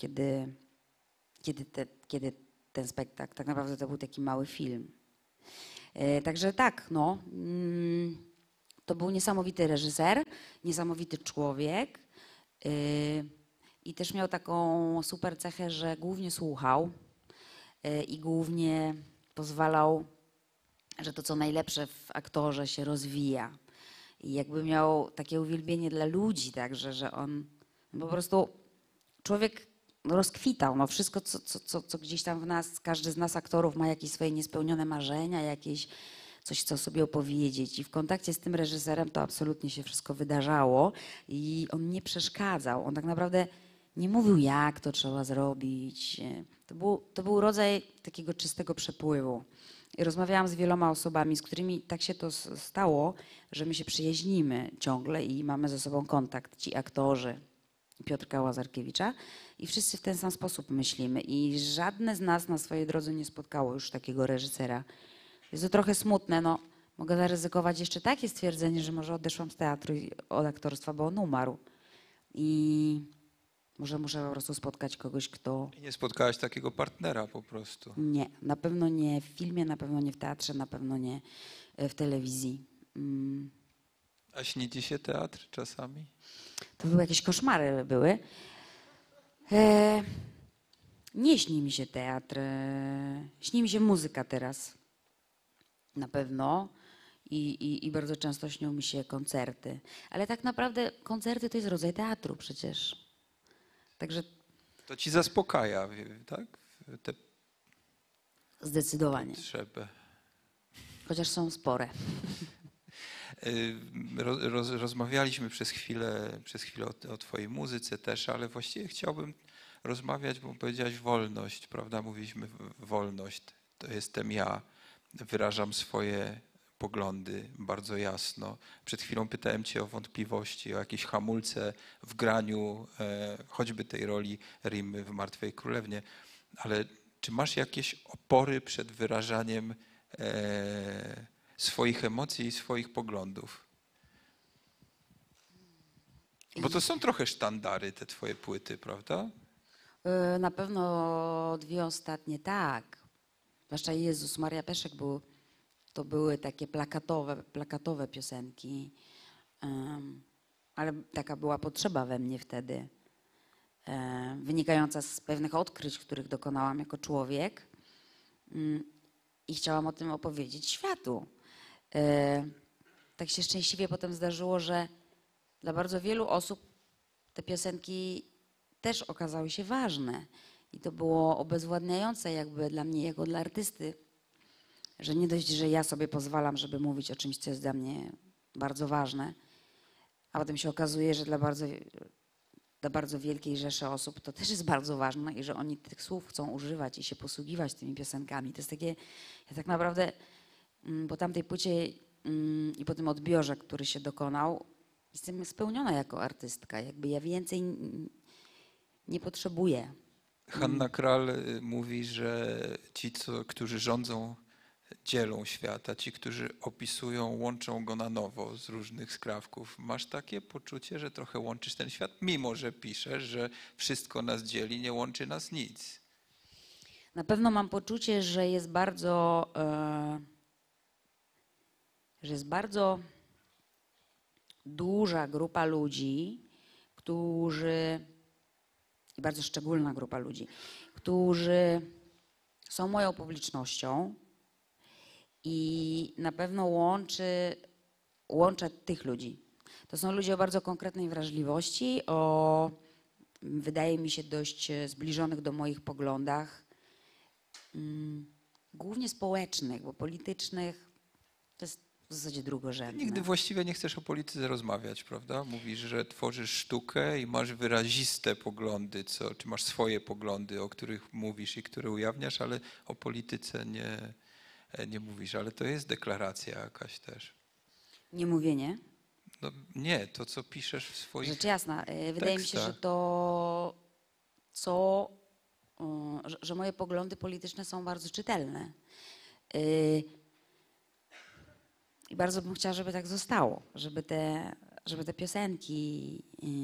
kiedy ten spektakl, tak naprawdę to był taki mały film. Także tak, no. To był niesamowity reżyser, niesamowity człowiek i też miał taką super cechę, że głównie słuchał i głównie pozwalał, że to co najlepsze w aktorze się rozwija. I jakby miał takie uwielbienie dla ludzi, także, że on po prostu człowiek rozkwitał. No wszystko, co gdzieś tam w nas, każdy z nas aktorów ma jakieś swoje niespełnione marzenia, jakieś coś, co sobie opowiedzieć. I w kontakcie z tym reżyserem to absolutnie się wszystko wydarzało i on nie przeszkadzał. On tak naprawdę nie mówił, jak to trzeba zrobić. To był rodzaj takiego czystego przepływu. I rozmawiałam z wieloma osobami, z którymi tak się to stało, że my się przyjaźnimy ciągle i mamy ze sobą kontakt. Ci aktorzy Piotrka Łazarkiewicza i wszyscy w ten sam sposób myślimy. I żadne z nas na swojej drodze nie spotkało już takiego reżysera. Jest to trochę smutne, no. Mogę zaryzykować jeszcze takie stwierdzenie, że może odeszłam z teatru i od aktorstwa, bo on umarł. I może muszę po prostu spotkać kogoś, kto... I nie spotkałaś takiego partnera po prostu. Nie, na pewno nie w filmie, na pewno nie w teatrze, na pewno nie w telewizji. A śni ci się teatr czasami? To były jakieś koszmary były. Nie śni mi się teatr. Śni mi się muzyka teraz. Na pewno. I bardzo często śnią mi się koncerty. Ale tak naprawdę koncerty to jest rodzaj teatru przecież. Także To ci zaspokaja, tak? Tę zdecydowanie. potrzebę. Chociaż są spore. Rozmawialiśmy przez chwilę o twojej muzyce też, ale właściwie chciałbym rozmawiać, bo powiedziałaś wolność, prawda? Mówiliśmy wolność, to jestem ja, wyrażam swoje poglądy bardzo jasno. Przed chwilą pytałem cię o wątpliwości, o jakieś hamulce w graniu choćby tej roli Rimmy w Martwej Królewnie, ale czy masz jakieś opory przed wyrażaniem swoich emocji i swoich poglądów? Bo to są trochę sztandary, te twoje płyty, prawda? Na pewno dwie ostatnie tak. Zwłaszcza Jezus Maria Peszek to były takie plakatowe piosenki. Ale taka była potrzeba we mnie wtedy. Wynikająca z pewnych odkryć, których dokonałam jako człowiek. I chciałam o tym opowiedzieć światu. Tak się szczęśliwie potem zdarzyło, że dla bardzo wielu osób te piosenki też okazały się ważne. I to było obezwładniające jakby dla mnie, jako dla artysty, że nie dość, że ja sobie pozwalam, żeby mówić o czymś, co jest dla mnie bardzo ważne, a potem się okazuje, że dla bardzo wielkiej rzeszy osób to też jest bardzo ważne i że oni tych słów chcą używać i się posługiwać tymi piosenkami. To jest takie, ja tak naprawdę po tamtej płycie i po tym odbiorze, który się dokonał, jestem spełniona jako artystka. Jakby ja więcej nie potrzebuję. Hanna Kral mówi, że ci, którzy rządzą, dzielą świat, a ci, którzy opisują, łączą go na nowo z różnych skrawków. Masz takie poczucie, że trochę łączysz ten świat, mimo że piszesz, że wszystko nas dzieli, nie łączy nas nic. Na pewno mam poczucie, że jest bardzo duża grupa ludzi, którzy i bardzo szczególna grupa ludzi, którzy są moją publicznością i na pewno łączę tych ludzi. To są ludzie o bardzo konkretnej wrażliwości, wydaje mi się, dość zbliżonych do moich poglądach, głównie społecznych, bo politycznych to jest w zasadzie drugorzędne. Nigdy właściwie nie chcesz o polityce rozmawiać, prawda? Mówisz, że tworzysz sztukę i masz wyraziste poglądy, czy masz swoje poglądy, o których mówisz i które ujawniasz, ale o polityce nie mówisz. Ale to jest deklaracja jakaś też. Nie mówienie. No, nie, to co piszesz w swoich Rzecz jasna. Wydaje mi się, że że moje poglądy polityczne są bardzo czytelne. I bardzo bym chciała, żeby tak zostało, żeby te piosenki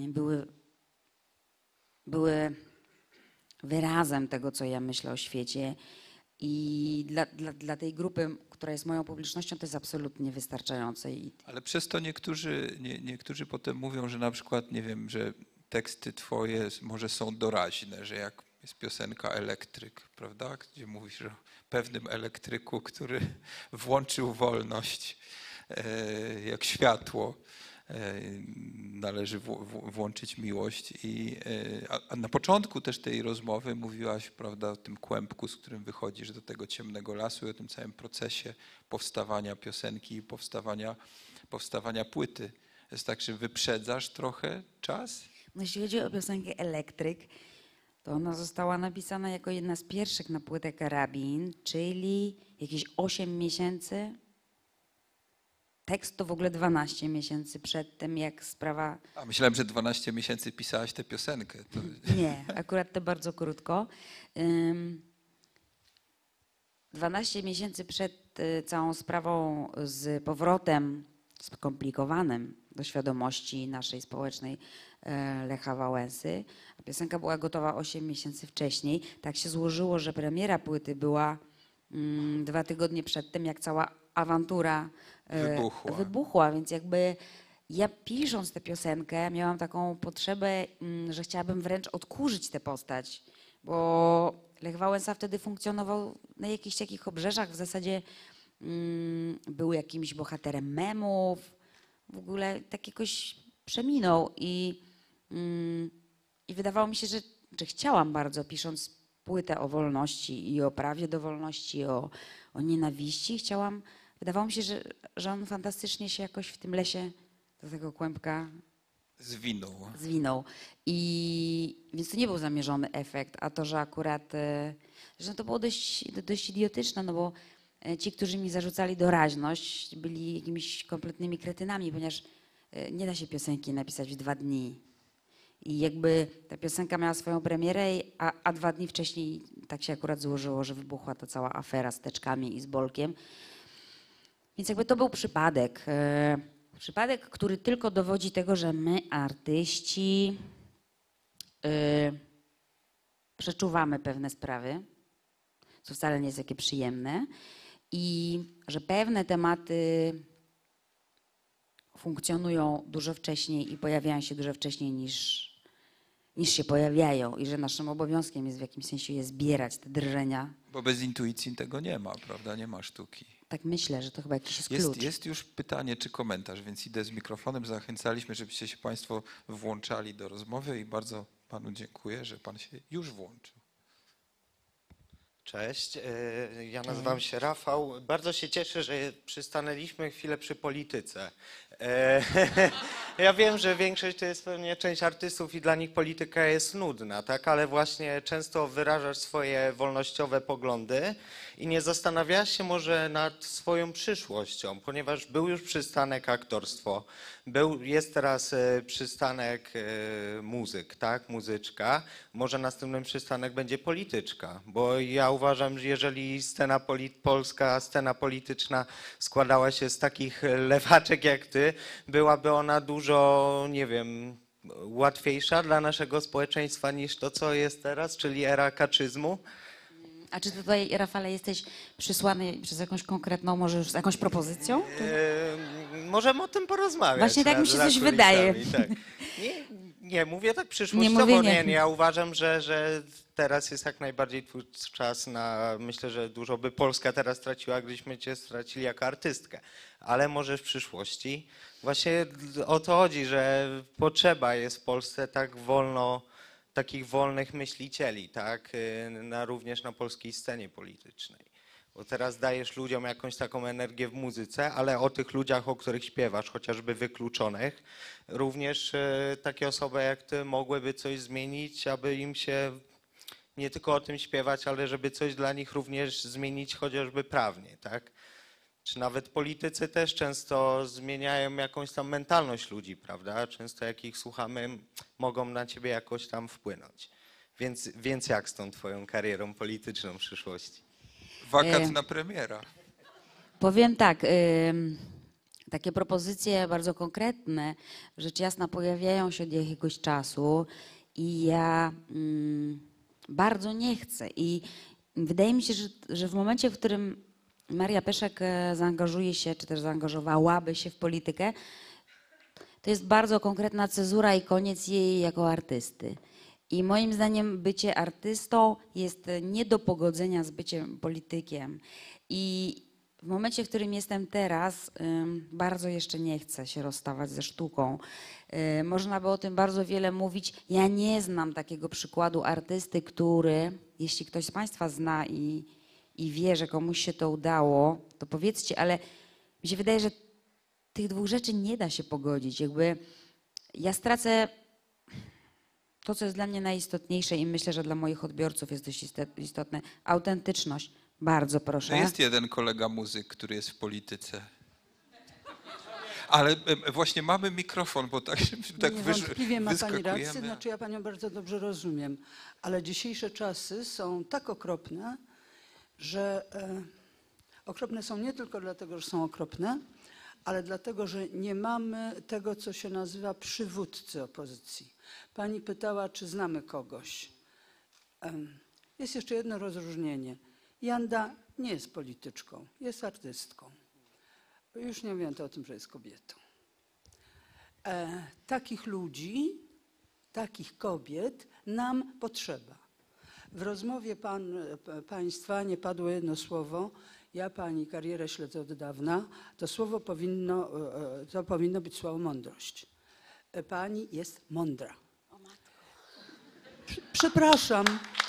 były wyrazem tego, co ja myślę o świecie. I dla tej grupy, która jest moją publicznością, to jest absolutnie wystarczające. Ale przez to niektórzy potem mówią, że na przykład, nie wiem, że teksty twoje może są doraźne, że jak jest piosenka Elektryk, prawda, gdzie mówisz o pewnym elektryku, który włączył wolność jak światło. Należy włączyć miłość. A na początku też tej rozmowy mówiłaś, prawda, o tym kłębku, z którym wychodzisz do tego ciemnego lasu i o tym całym procesie powstawania piosenki i powstawania płyty. Jest tak, że wyprzedzasz trochę czas? No, jeśli chodzi o piosenkę Elektryk, to ona została napisana jako jedna z pierwszych na płytę Karabin, czyli jakieś 8 miesięcy. Tekst to w ogóle 12 miesięcy przed tym, jak sprawa... A myślałem, że 12 miesięcy pisałaś tę piosenkę. Nie, akurat to bardzo krótko. 12 miesięcy przed całą sprawą z powrotem skomplikowanym do świadomości naszej społecznej Lecha Wałęsy. A piosenka była gotowa 8 miesięcy wcześniej. Tak się złożyło, że premiera płyty była 2 tygodnie przed tym, jak cała awantura wybuchła. Więc jakby ja pisząc tę piosenkę miałam taką potrzebę, że chciałabym wręcz odkurzyć tę postać, bo Lech Wałęsa wtedy funkcjonował na jakichś takich obrzeżach, w zasadzie był jakimś bohaterem memów, w ogóle tak jakoś przeminął i wydawało mi się, że chciałam bardzo, pisząc płytę o wolności i o prawie do wolności, o nienawiści, wydawało mi się, że on fantastycznie się jakoś w tym lesie do tego kłębka zwinął. Więc to nie był zamierzony efekt, a to, że akurat, że to było dość idiotyczne, no bo ci, którzy mi zarzucali doraźność, byli jakimiś kompletnymi kretynami, ponieważ nie da się piosenki napisać w 2 dni. I jakby ta piosenka miała swoją premierę, a 2 dni wcześniej tak się akurat złożyło, że wybuchła ta cała afera z teczkami i z Bolkiem. Więc jakby to był przypadek. Przypadek, który tylko dowodzi tego, że my, artyści, przeczuwamy pewne sprawy, co wcale nie jest takie przyjemne, i że pewne tematy funkcjonują dużo wcześniej i pojawiają się dużo wcześniej niż się pojawiają i że naszym obowiązkiem jest w jakimś sensie je zbierać, te drżenia. Bo bez intuicji tego nie ma, prawda? Nie ma sztuki. Tak myślę, że to chyba jakiś jest klucz. Jest już pytanie czy komentarz, więc idę z mikrofonem. Zachęcaliśmy, żebyście się Państwo włączali do rozmowy i bardzo Panu dziękuję, że Pan się już włączył. Cześć, ja nazywam się Rafał. Bardzo się cieszę, że przystanęliśmy chwilę przy polityce. Ja wiem, że większość to jest pewnie część artystów i dla nich polityka jest nudna, tak? Ale właśnie często wyrażasz swoje wolnościowe poglądy i nie zastanawiasz się może nad swoją przyszłością, ponieważ był już przystanek aktorstwo, jest teraz przystanek muzyk, tak? Muzyczka. Może następnym przystanek będzie polityczka, bo ja uważam, że jeżeli polska scena polityczna składała się z takich lewaczek jak ty, byłaby ona dużo, nie wiem, łatwiejsza dla naszego społeczeństwa niż to, co jest teraz, czyli era kaczyzmu. A czy tutaj, Rafale, jesteś przysłany przez jakąś konkretną, może już z jakąś propozycją? Możemy o tym porozmawiać. Właśnie tak mi się coś wydaje. Tak. Nie, mówię tak przyszłościowo. Nie mówię nie. Ja uważam, że teraz jest jak najbardziej twój czas na... Myślę, że dużo by Polska teraz straciła, gdybyśmy cię stracili jako artystkę. Ale może w przyszłości. Właśnie o to chodzi, że potrzeba jest w Polsce tak wolno, takich wolnych myślicieli, tak? Również na polskiej scenie politycznej. Bo teraz dajesz ludziom jakąś taką energię w muzyce, ale o tych ludziach, o których śpiewasz, chociażby wykluczonych, również takie osoby jak ty mogłyby coś zmienić, aby im się nie tylko o tym śpiewać, ale żeby coś dla nich również zmienić chociażby prawnie, tak? Czy nawet politycy też często zmieniają jakąś tam mentalność ludzi, prawda? Często jak ich słuchamy, mogą na ciebie jakoś tam wpłynąć. Więc jak z tą twoją karierą polityczną w przyszłości? Wakat na premiera. Powiem tak, takie propozycje bardzo konkretne, rzecz jasna, pojawiają się od jakiegoś czasu i ja bardzo nie chcę. I wydaje mi się, że w momencie, w którym Maria Peszek zaangażuje się, czy też zaangażowałaby się w politykę, to jest bardzo konkretna cezura i koniec jej jako artysty. I moim zdaniem bycie artystą jest nie do pogodzenia z byciem politykiem. I w momencie, w którym jestem teraz, bardzo jeszcze nie chcę się rozstawać ze sztuką. Można by o tym bardzo wiele mówić. Ja nie znam takiego przykładu artysty, który, jeśli ktoś z Państwa zna i wie, że komuś się to udało, to powiedzcie, ale mi się wydaje, że tych dwóch rzeczy nie da się pogodzić. Jakby ja stracę to, co jest dla mnie najistotniejsze i myślę, że dla moich odbiorców jest dość istotne, autentyczność. Bardzo proszę. No jest jeden kolega muzyk, który jest w polityce. Ale właśnie mamy mikrofon, bo tak Niewątpliwie ma pani rację, wyskakujemy. znaczy ja panią bardzo dobrze rozumiem, ale dzisiejsze czasy są tak okropne, że okropne są nie tylko dlatego, że są okropne, ale dlatego, że nie mamy tego, co się nazywa przywódcy opozycji. Pani pytała, czy znamy kogoś. Jest jeszcze jedno rozróżnienie. Janda nie jest polityczką, jest artystką. Już nie mówię o tym, że jest kobietą. Takich ludzi, takich kobiet nam potrzeba. W rozmowie państwa nie padło jedno słowo. Ja pani karierę śledzę od dawna. To słowo powinno być słowo mądrość. Pani jest mądra. Przepraszam.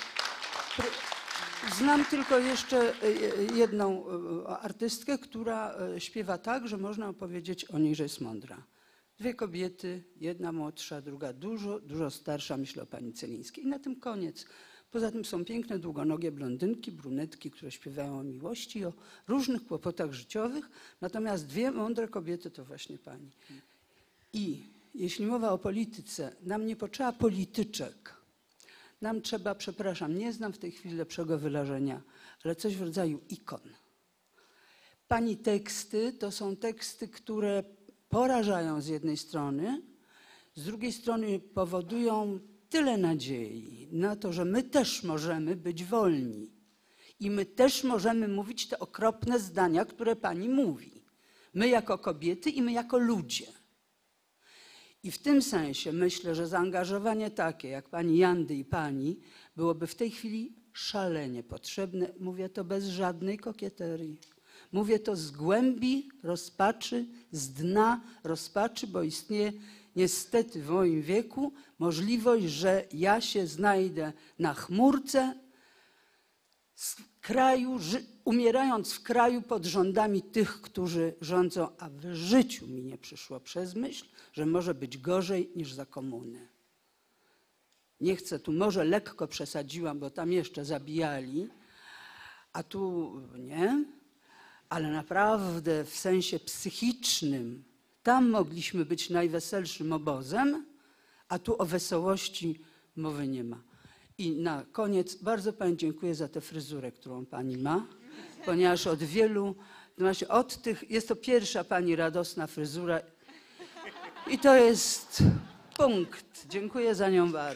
Znam tylko jeszcze jedną artystkę, która śpiewa tak, że można opowiedzieć o niej, że jest mądra. Dwie kobiety, jedna młodsza, druga dużo starsza, myślę o pani Celińskiej. I na tym koniec. Poza tym są piękne, długonogie blondynki, brunetki, które śpiewają o miłości, o różnych kłopotach życiowych. Natomiast dwie mądre kobiety to właśnie pani. I jeśli mowa o polityce, nam nie potrzeba polityczek. Nam trzeba, przepraszam, nie znam w tej chwili lepszego wyrażenia, ale coś w rodzaju ikon. Pani teksty to są teksty, które porażają z jednej strony, z drugiej strony powodują tyle nadziei na to, że my też możemy być wolni i my też możemy mówić te okropne zdania, które pani mówi. My jako kobiety i my jako ludzie. I w tym sensie myślę, że zaangażowanie takie jak pani Jandy i pani byłoby w tej chwili szalenie potrzebne. Mówię to bez żadnej kokieterii. Mówię to z głębi rozpaczy, z dna rozpaczy, bo istnieje niestety w moim wieku możliwość, że ja się znajdę na chmurce z kraju, umierając w kraju pod rządami tych, którzy rządzą, a w życiu mi nie przyszło przez myśl, że może być gorzej niż za komuny. Nie chcę, tu może lekko przesadziłam, bo tam jeszcze zabijali, a tu nie, ale naprawdę w sensie psychicznym tam mogliśmy być najweselszym obozem, a tu o wesołości mowy nie ma. I na koniec bardzo pani dziękuję za tę fryzurę, którą pani ma, ponieważ od wielu, właśnie od tych, jest to pierwsza pani radosna fryzura i to jest punkt. Dziękuję za nią bardzo.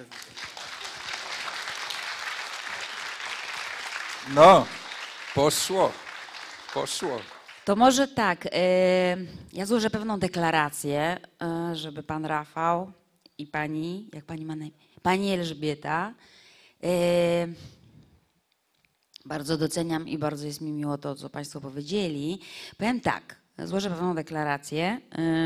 No, poszło. To może tak, ja złożę pewną deklarację, żeby pan Rafał i pani, jak pani ma na imię? Pani Elżbieta. Bardzo doceniam i bardzo jest mi miło to, co państwo powiedzieli. Powiem tak, złożę pewną deklarację.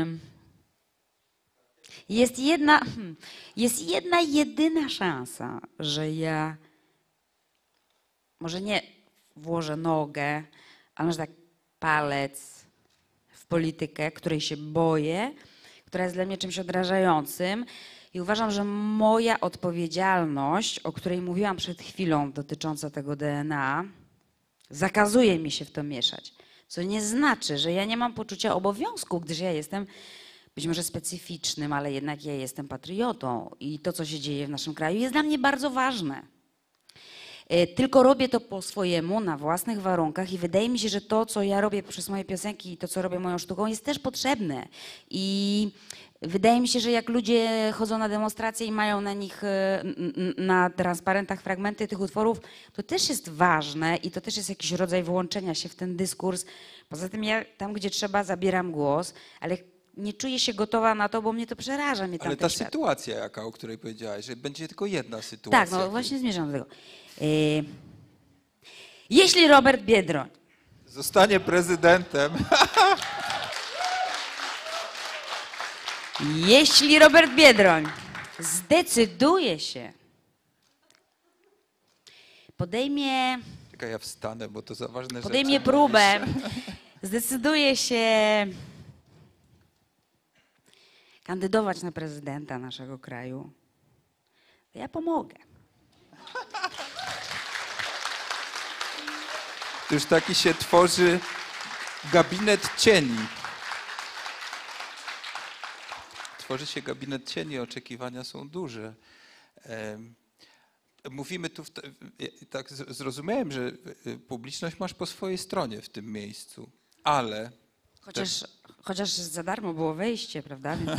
Jest jedna, jedyna szansa, że ja może nie włożę nogę, ale może tak palec w politykę, której się boję, która jest dla mnie czymś odrażającym. I uważam, że moja odpowiedzialność, o której mówiłam przed chwilą, dotycząca tego DNA, zakazuje mi się w to mieszać. Co nie znaczy, że ja nie mam poczucia obowiązku, gdyż ja jestem być może specyficznym, ale jednak ja jestem patriotą i to, co się dzieje w naszym kraju, jest dla mnie bardzo ważne. Tylko robię to po swojemu, na własnych warunkach i wydaje mi się, że to, co ja robię przez moje piosenki i to, co robię moją sztuką, jest też potrzebne. I wydaje mi się, że jak ludzie chodzą na demonstracje i mają na nich, na transparentach fragmenty tych utworów, to też jest ważne i to też jest jakiś rodzaj włączenia się w ten dyskurs. Poza tym ja tam, gdzie trzeba, zabieram głos, ale nie czuję się gotowa na to, bo mnie to przeraża. Mnie Ale tamten ta świat. sytuacja jaka, o której powiedziałaś, że będzie tylko jedna sytuacja. Tak, no właśnie zmierzam do tego. Jeśli Robert Biedroń Zostanie prezydentem. Jeśli Robert Biedroń zdecyduje się, podejmie Czekaj, ja wstanę, bo to za ważne podejmie rzeczy. próbę, zdecyduje się kandydować na prezydenta naszego kraju, to ja pomogę. To już taki się tworzy gabinet cieni. Tworzy się gabinet cieni, oczekiwania są duże. Mówimy tu, tak zrozumiałem, że publiczność masz po swojej stronie w tym miejscu, ale Chociaż za darmo było wejście, prawda? Więc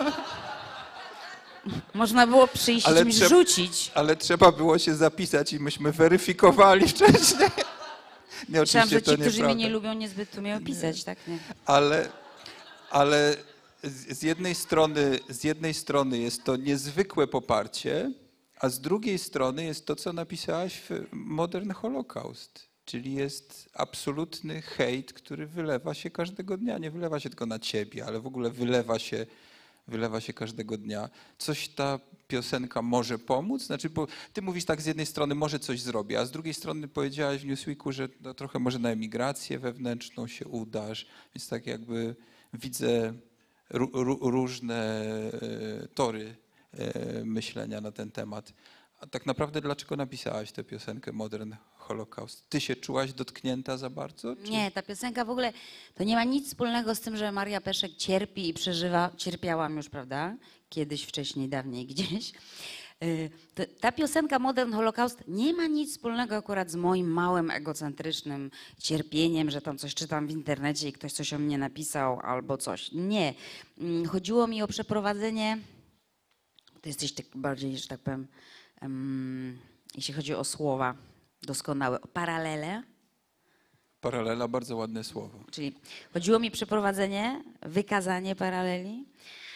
można było przyjść i Ale czymś trzeba- rzucić. ale trzeba było się zapisać i myśmy weryfikowali wcześniej. Nie, Myślałam, oczywiście że to ci, którzy mnie nieprawda. nie lubią, niezbyt tu miał pisać, tak? Nie? Ale z jednej strony jest to niezwykłe poparcie, a z drugiej strony jest to, co napisałaś w Modern Holocaust, czyli jest absolutny hejt, który wylewa się każdego dnia. Nie wylewa się tylko na ciebie, ale w ogóle wylewa się każdego dnia. Coś ta piosenka może pomóc? Znaczy, bo ty mówisz tak, z jednej strony może coś zrobię, a z drugiej strony powiedziałaś w Newsweeku, że no, trochę może na emigrację wewnętrzną się udasz, więc tak jakby widzę różne tory myślenia na ten temat. A tak naprawdę dlaczego napisałaś tę piosenkę Modern Holocaust? Ty się czułaś dotknięta za bardzo? Czy... Nie, ta piosenka w ogóle to nie ma nic wspólnego z tym, że Maria Peszek cierpi i przeżywa. Cierpiałam już, prawda? Kiedyś, wcześniej, dawniej, gdzieś. Ta piosenka Modern Holocaust nie ma nic wspólnego akurat z moim małym, egocentrycznym cierpieniem, że tam coś czytam w internecie i ktoś coś o mnie napisał albo coś. Nie. Chodziło mi o przeprowadzenie, to jesteś tak bardziej, że tak powiem, jeśli chodzi o słowa doskonałe, o paralele. Paralela, bardzo ładne słowo. Czyli chodziło mi o przeprowadzenie, wykazanie paraleli.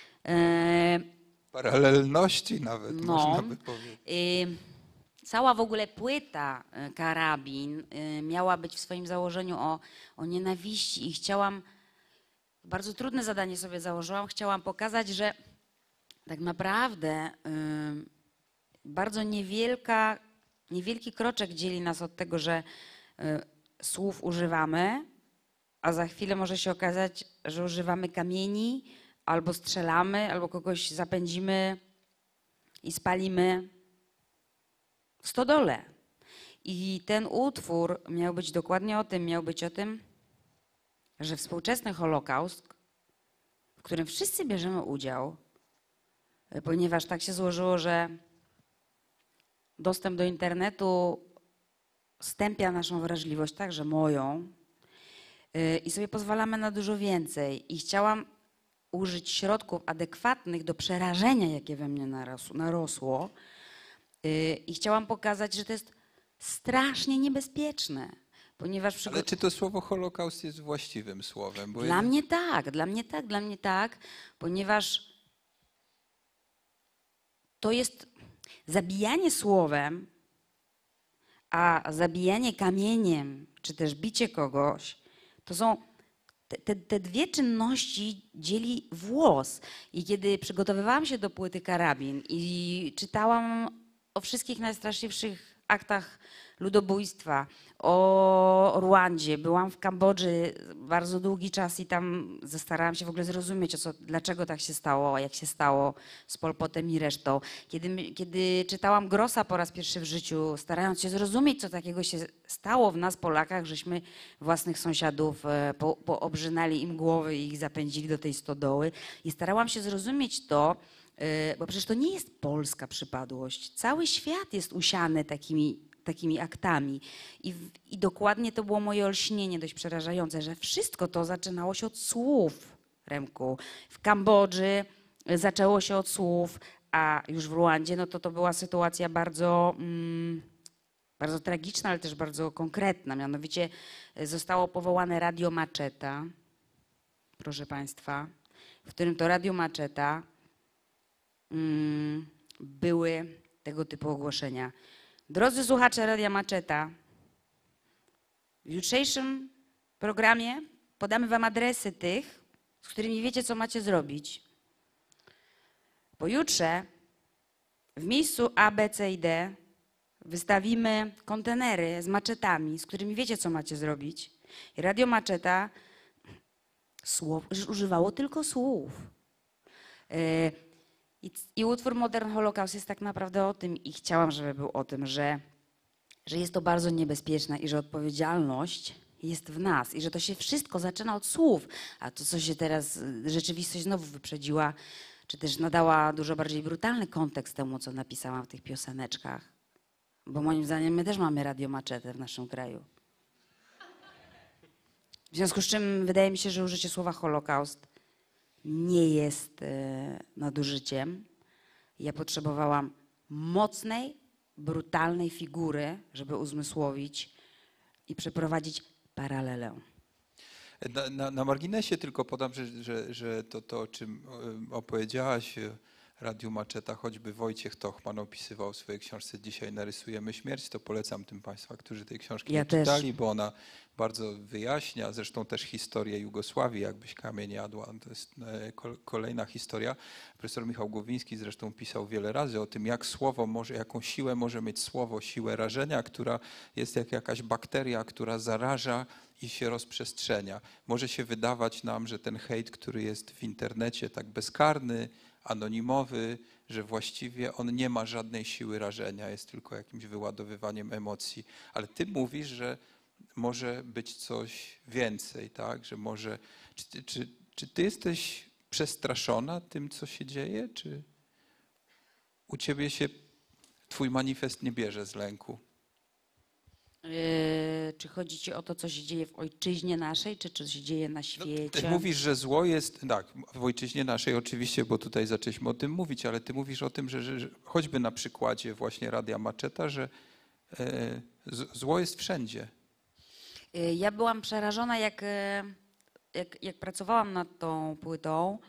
Paralelności nawet, No. można by powiedzieć. Cała w ogóle płyta Karabin miała być w swoim założeniu o nienawiści i chciałam, bardzo trudne zadanie sobie założyłam, chciałam pokazać, że tak naprawdę bardzo niewielki kroczek dzieli nas od tego, że słów używamy, a za chwilę może się okazać, że używamy kamieni, albo strzelamy, albo kogoś zapędzimy i spalimy w stodole. I ten utwór miał być dokładnie o tym, miał być o tym, że współczesny Holokaust, w którym wszyscy bierzemy udział, ponieważ tak się złożyło, że dostęp do internetu stępia naszą wrażliwość, także moją, i sobie pozwalamy na dużo więcej. I chciałam użyć środków adekwatnych do przerażenia, jakie we mnie narosło. I chciałam pokazać, że to jest strasznie niebezpieczne, ponieważ... Ale czy to słowo Holokaust jest właściwym słowem? Bo Dla mnie tak, ponieważ to jest zabijanie słowem, a zabijanie kamieniem, czy też bicie kogoś, to są te dwie czynności dzieli włos. I kiedy przygotowywałam się do płyty Karabin i czytałam o wszystkich najstraszliwszych aktach ludobójstwa, o Rwandzie, byłam w Kambodży bardzo długi czas i tam starałam się w ogóle zrozumieć, dlaczego tak się stało, jak się stało z Pol Potem i resztą. Kiedy czytałam Grossa po raz pierwszy w życiu, starając się zrozumieć, co takiego się stało w nas, Polakach, żeśmy własnych sąsiadów poobrzynali im głowy i ich zapędzili do tej stodoły. I starałam się zrozumieć to, bo przecież to nie jest polska przypadłość. Cały świat jest usiany takimi aktami. I dokładnie to było moje olśnienie dość przerażające, że wszystko to zaczynało się od słów, Remku. W Kambodży zaczęło się od słów, a już w Rwandzie no to była sytuacja bardzo, bardzo tragiczna, ale też bardzo konkretna. Mianowicie zostało powołane Radio Maczeta, proszę Państwa, w którym to Radio Maczeta były tego typu ogłoszenia. Drodzy słuchacze Radia Maczeta, w jutrzejszym programie podamy wam adresy tych, z którymi wiecie, co macie zrobić. Pojutrze w miejscu A, B, C i D wystawimy kontenery z maczetami, z którymi wiecie, co macie zrobić. I Radio Maczeta używało tylko słów. I utwór Modern Holocaust jest tak naprawdę o tym i chciałam, żeby był o tym, że jest to bardzo niebezpieczne i że odpowiedzialność jest w nas i że to się wszystko zaczyna od słów, a to, co się teraz rzeczywistość znowu wyprzedziła, czy też nadała dużo bardziej brutalny kontekst temu, co napisałam w tych pioseneczkach, bo moim zdaniem my też mamy Radio Maczetę w naszym kraju. W związku z czym wydaje mi się, że użycie słowa Holokaust nie jest nadużyciem. Ja potrzebowałam mocnej, brutalnej figury, żeby uzmysłowić i przeprowadzić paralelę. Na marginesie tylko podam, że to o czym opowiedziałaś, Radiu Maczeta, choćby Wojciech Tochman opisywał w swojej książce Dzisiaj narysujemy śmierć, to polecam tym Państwa, którzy tej książki nie czytali, bo ona bardzo wyjaśnia, zresztą też historię Jugosławii, jakbyś kamień jadła. To jest kolejna historia. Profesor Michał Głowiński zresztą pisał wiele razy o tym, jak słowo może, jaką siłę może mieć słowo, siłę rażenia, która jest jak jakaś bakteria, która zaraża i się rozprzestrzenia. Może się wydawać nam, że ten hejt, który jest w internecie tak bezkarny, anonimowy, że właściwie on nie ma żadnej siły rażenia, jest tylko jakimś wyładowywaniem emocji. Ale ty mówisz, że może być coś więcej, tak? Że może. Czy ty jesteś przestraszona tym, co się dzieje? Czy u ciebie się twój manifest nie bierze z lęku? Czy chodzi ci o to, co się dzieje w ojczyźnie naszej, czy co się dzieje na świecie? Ty mówisz, że zło jest, tak, w ojczyźnie naszej oczywiście, bo tutaj zaczęliśmy o tym mówić, ale ty mówisz o tym, że choćby na przykładzie właśnie Radia Maczeta, że zło jest wszędzie. Ja byłam przerażona, jak pracowałam nad tą płytą.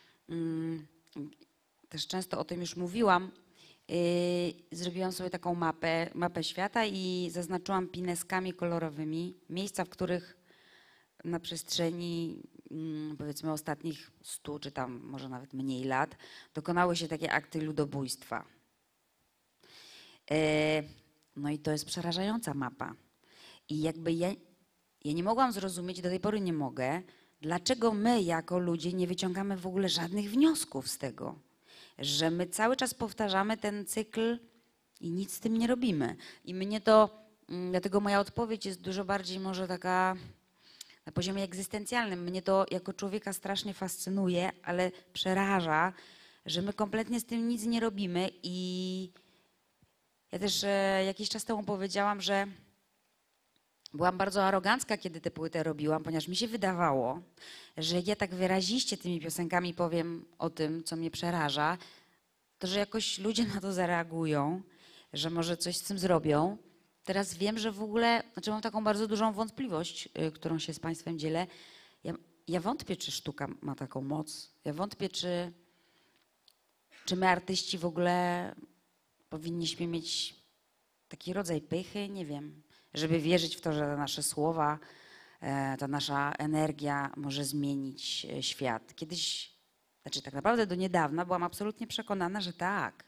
Też często o tym już mówiłam. Zrobiłam sobie taką mapę świata i zaznaczyłam pineskami kolorowymi miejsca, w których na przestrzeni powiedzmy ostatnich 100 czy tam może nawet mniej lat dokonały się takie akty ludobójstwa. No i to jest przerażająca mapa. I jakby ja nie mogłam zrozumieć, do tej pory nie mogę, dlaczego my jako ludzie nie wyciągamy w ogóle żadnych wniosków z tego. Że my cały czas powtarzamy ten cykl i nic z tym nie robimy. I mnie to, dlatego moja odpowiedź jest dużo bardziej może taka na poziomie egzystencjalnym. Mnie to jako człowieka strasznie fascynuje, ale przeraża, że my kompletnie z tym nic nie robimy. I ja też jakiś czas temu powiedziałam, że byłam bardzo arogancka, kiedy tę płytę robiłam, ponieważ mi się wydawało, że jak ja tak wyraziście tymi piosenkami powiem o tym, co mnie przeraża, to że jakoś ludzie na to zareagują, że może coś z tym zrobią. Teraz wiem, że w ogóle, znaczy mam taką bardzo dużą wątpliwość, którą się z Państwem dzielę. Ja wątpię, czy sztuka ma taką moc. Ja wątpię, czy Czy my artyści w ogóle powinniśmy mieć taki rodzaj pychy? Nie wiem. Żeby wierzyć w to, że te nasze słowa, ta nasza energia może zmienić świat. Kiedyś, znaczy tak naprawdę do niedawna byłam absolutnie przekonana, że tak.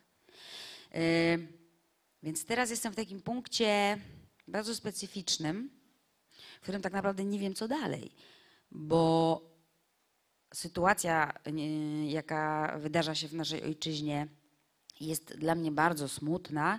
Więc teraz jestem w takim punkcie bardzo specyficznym, w którym tak naprawdę nie wiem, co dalej, bo sytuacja, jaka wydarza się w naszej ojczyźnie, jest dla mnie bardzo smutna,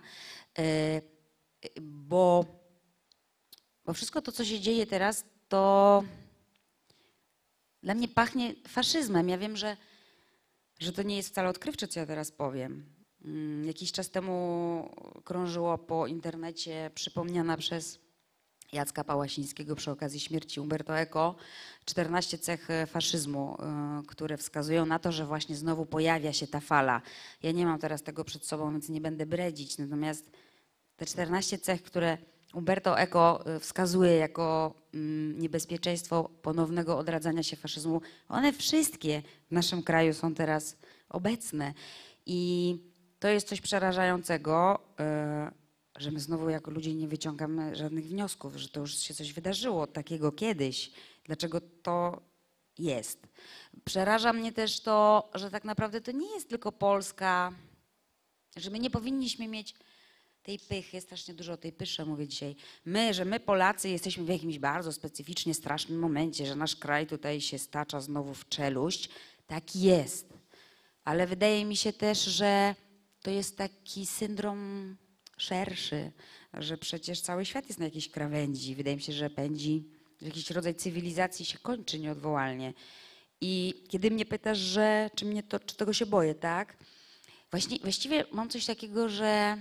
bo wszystko to, co się dzieje teraz, to dla mnie pachnie faszyzmem. Ja wiem, że to nie jest wcale odkrywcze, co ja teraz powiem. Jakiś czas temu krążyło po internecie przypomniana przez Jacka Pałasińskiego przy okazji śmierci Umberto Eco 14 cech faszyzmu, które wskazują na to, że właśnie znowu pojawia się ta fala. Ja nie mam teraz tego przed sobą, więc nie będę bredzić. Natomiast te 14 cech, które Umberto Eco wskazuje jako niebezpieczeństwo ponownego odradzania się faszyzmu, one wszystkie w naszym kraju są teraz obecne. I to jest coś przerażającego, że my znowu jako ludzie nie wyciągamy żadnych wniosków, że to już się coś wydarzyło takiego kiedyś. Dlaczego to jest? Przeraża mnie też to, że tak naprawdę to nie jest tylko Polska, że my nie powinniśmy mieć tej pychy, strasznie dużo o tej pysze mówię dzisiaj. Że my Polacy jesteśmy w jakimś bardzo specyficznie strasznym momencie, że nasz kraj tutaj się stacza znowu w czeluść. Tak jest. Ale wydaje mi się też, że to jest taki syndrom szerszy, że przecież cały świat jest na jakiejś krawędzi. Wydaje mi się, że pędzi, że jakiś rodzaj cywilizacji się kończy nieodwołalnie. I kiedy mnie pytasz, czy tego się boję, tak? Właściwie mam coś takiego, że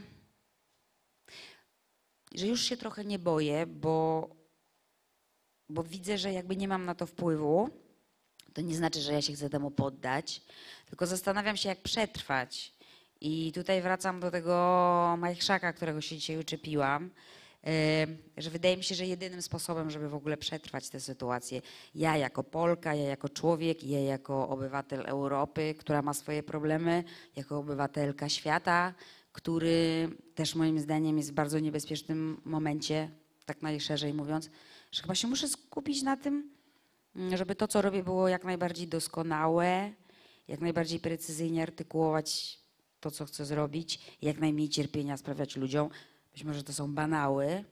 już się trochę nie boję, bo widzę, że jakby nie mam na to wpływu. To nie znaczy, że ja się chcę temu poddać, tylko zastanawiam się, jak przetrwać. I tutaj wracam do tego majchrzaka, którego się dzisiaj uczepiłam, że wydaje mi się, że jedynym sposobem, żeby w ogóle przetrwać tę sytuację, ja jako Polka, ja jako człowiek, ja jako obywatel Europy, która ma swoje problemy, jako obywatelka świata, który też moim zdaniem jest w bardzo niebezpiecznym momencie, tak najszerzej mówiąc, że chyba się muszę skupić na tym, żeby to, co robię, było jak najbardziej doskonałe, jak najbardziej precyzyjnie artykułować to, co chcę zrobić, jak najmniej cierpienia sprawiać ludziom. Być może to są banały,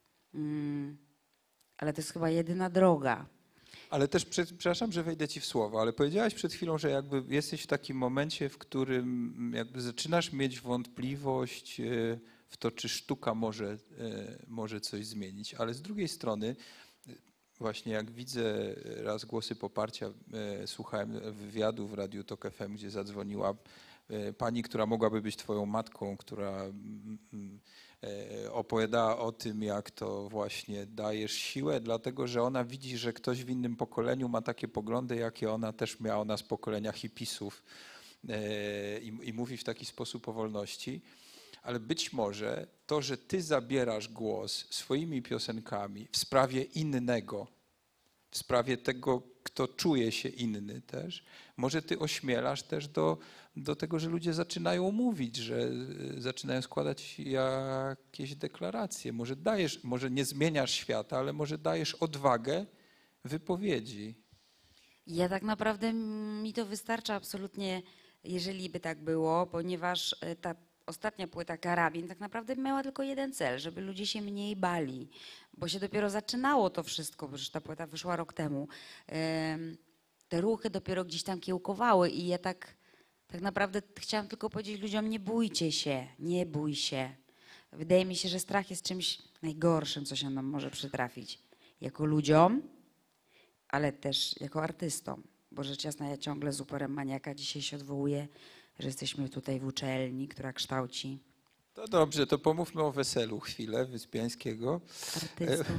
ale to jest chyba jedyna droga. Ale też, przepraszam, że wejdę ci w słowo, ale powiedziałaś przed chwilą, że jakby jesteś w takim momencie, w którym jakby zaczynasz mieć wątpliwość w to, czy sztuka może coś zmienić. Ale z drugiej strony, właśnie jak widzę raz głosy poparcia, słuchałem wywiadu w Radiu Tok FM, gdzie zadzwoniła pani, która mogłaby być twoją matką, która opowiadała o tym, jak to właśnie dajesz siłę, dlatego że ona widzi, że ktoś w innym pokoleniu ma takie poglądy, jakie ona też miała, ona z pokolenia hipisów i mówi w taki sposób o wolności. Ale być może to, że ty zabierasz głos swoimi piosenkami w sprawie innego, w sprawie tego, kto czuje się inny też, może ty ośmielasz też do tego, że ludzie zaczynają mówić, że zaczynają składać jakieś deklaracje. Może nie zmieniasz świata, ale może dajesz odwagę wypowiedzi. Ja tak naprawdę mi to wystarcza absolutnie, jeżeli by tak było, ponieważ ta ostatnia płyta Karabin tak naprawdę miała tylko jeden cel, żeby ludzie się mniej bali, bo się dopiero zaczynało to wszystko, bo już ta płyta wyszła rok temu. Te ruchy dopiero gdzieś tam kiełkowały i ja tak naprawdę chciałam tylko powiedzieć ludziom, nie bójcie się, nie bój się. Wydaje mi się, że strach jest czymś najgorszym, co się nam może przytrafić. Jako ludziom, ale też jako artystom, bo rzecz jasna ja ciągle z uporem maniaka dzisiaj się odwołuję, że jesteśmy tutaj w uczelni, która kształci To dobrze, to pomówmy o weselu chwilę Wyspiańskiego. artystów.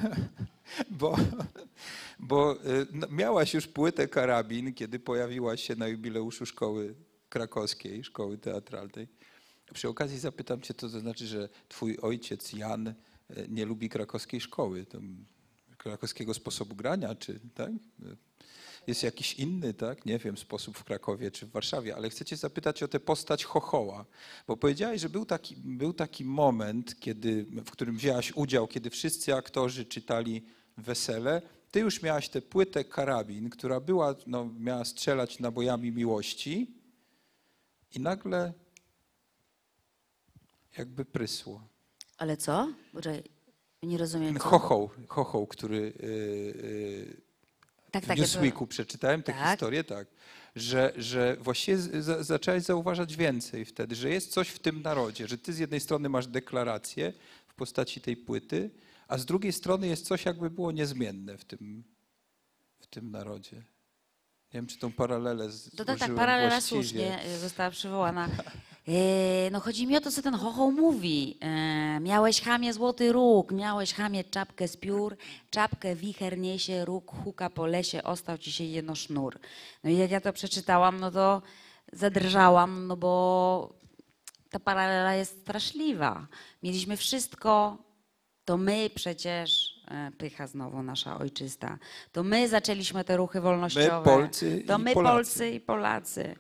Bo miałaś już płytę Karabin, kiedy pojawiłaś się na jubileuszu szkoły krakowskiej, szkoły teatralnej. Przy okazji zapytam cię, to znaczy, że twój ojciec Jan nie lubi krakowskiej szkoły. To krakowskiego sposobu grania, czy tak? Jest jakiś inny, tak? Nie wiem, sposób w Krakowie czy w Warszawie, ale chcę cię zapytać o tę postać Chochoła, bo powiedziałeś, że był taki moment, w którym wzięłaś udział, kiedy wszyscy aktorzy czytali Wesele. Ty już miałaś tę płytę Karabin, która była, no, miała strzelać nabojami miłości i nagle jakby prysło. Ale co? Poczekaj, nie rozumiem. Ten Co? Chochoł, który Tak, w tak. Newsweeku przeczytałem tę Tak. historię, tak, że właściwie zacząłeś zauważać więcej wtedy, że jest coś w tym narodzie, że ty z jednej strony masz deklarację w postaci tej płyty, a z drugiej strony jest coś, jakby było niezmienne w tym narodzie. Nie wiem, czy tą paralelę Tak, użyłem paralela właściwie. słusznie została przywołana. No chodzi mi o to, co ten Chochoł mówi. Miałeś, chamie, złoty róg, miałeś, chamie, czapkę z piór, czapkę wicher niesie, róg huka po lesie, ostał ci się jeno sznur. No i jak ja to przeczytałam, no to zadrżałam, no bo ta paralela jest straszliwa. Mieliśmy wszystko, to my przecież, pycha znowu nasza ojczysta, to my zaczęliśmy te ruchy wolnościowe. My, Polcy to i my, Polacy. Polcy i Polacy.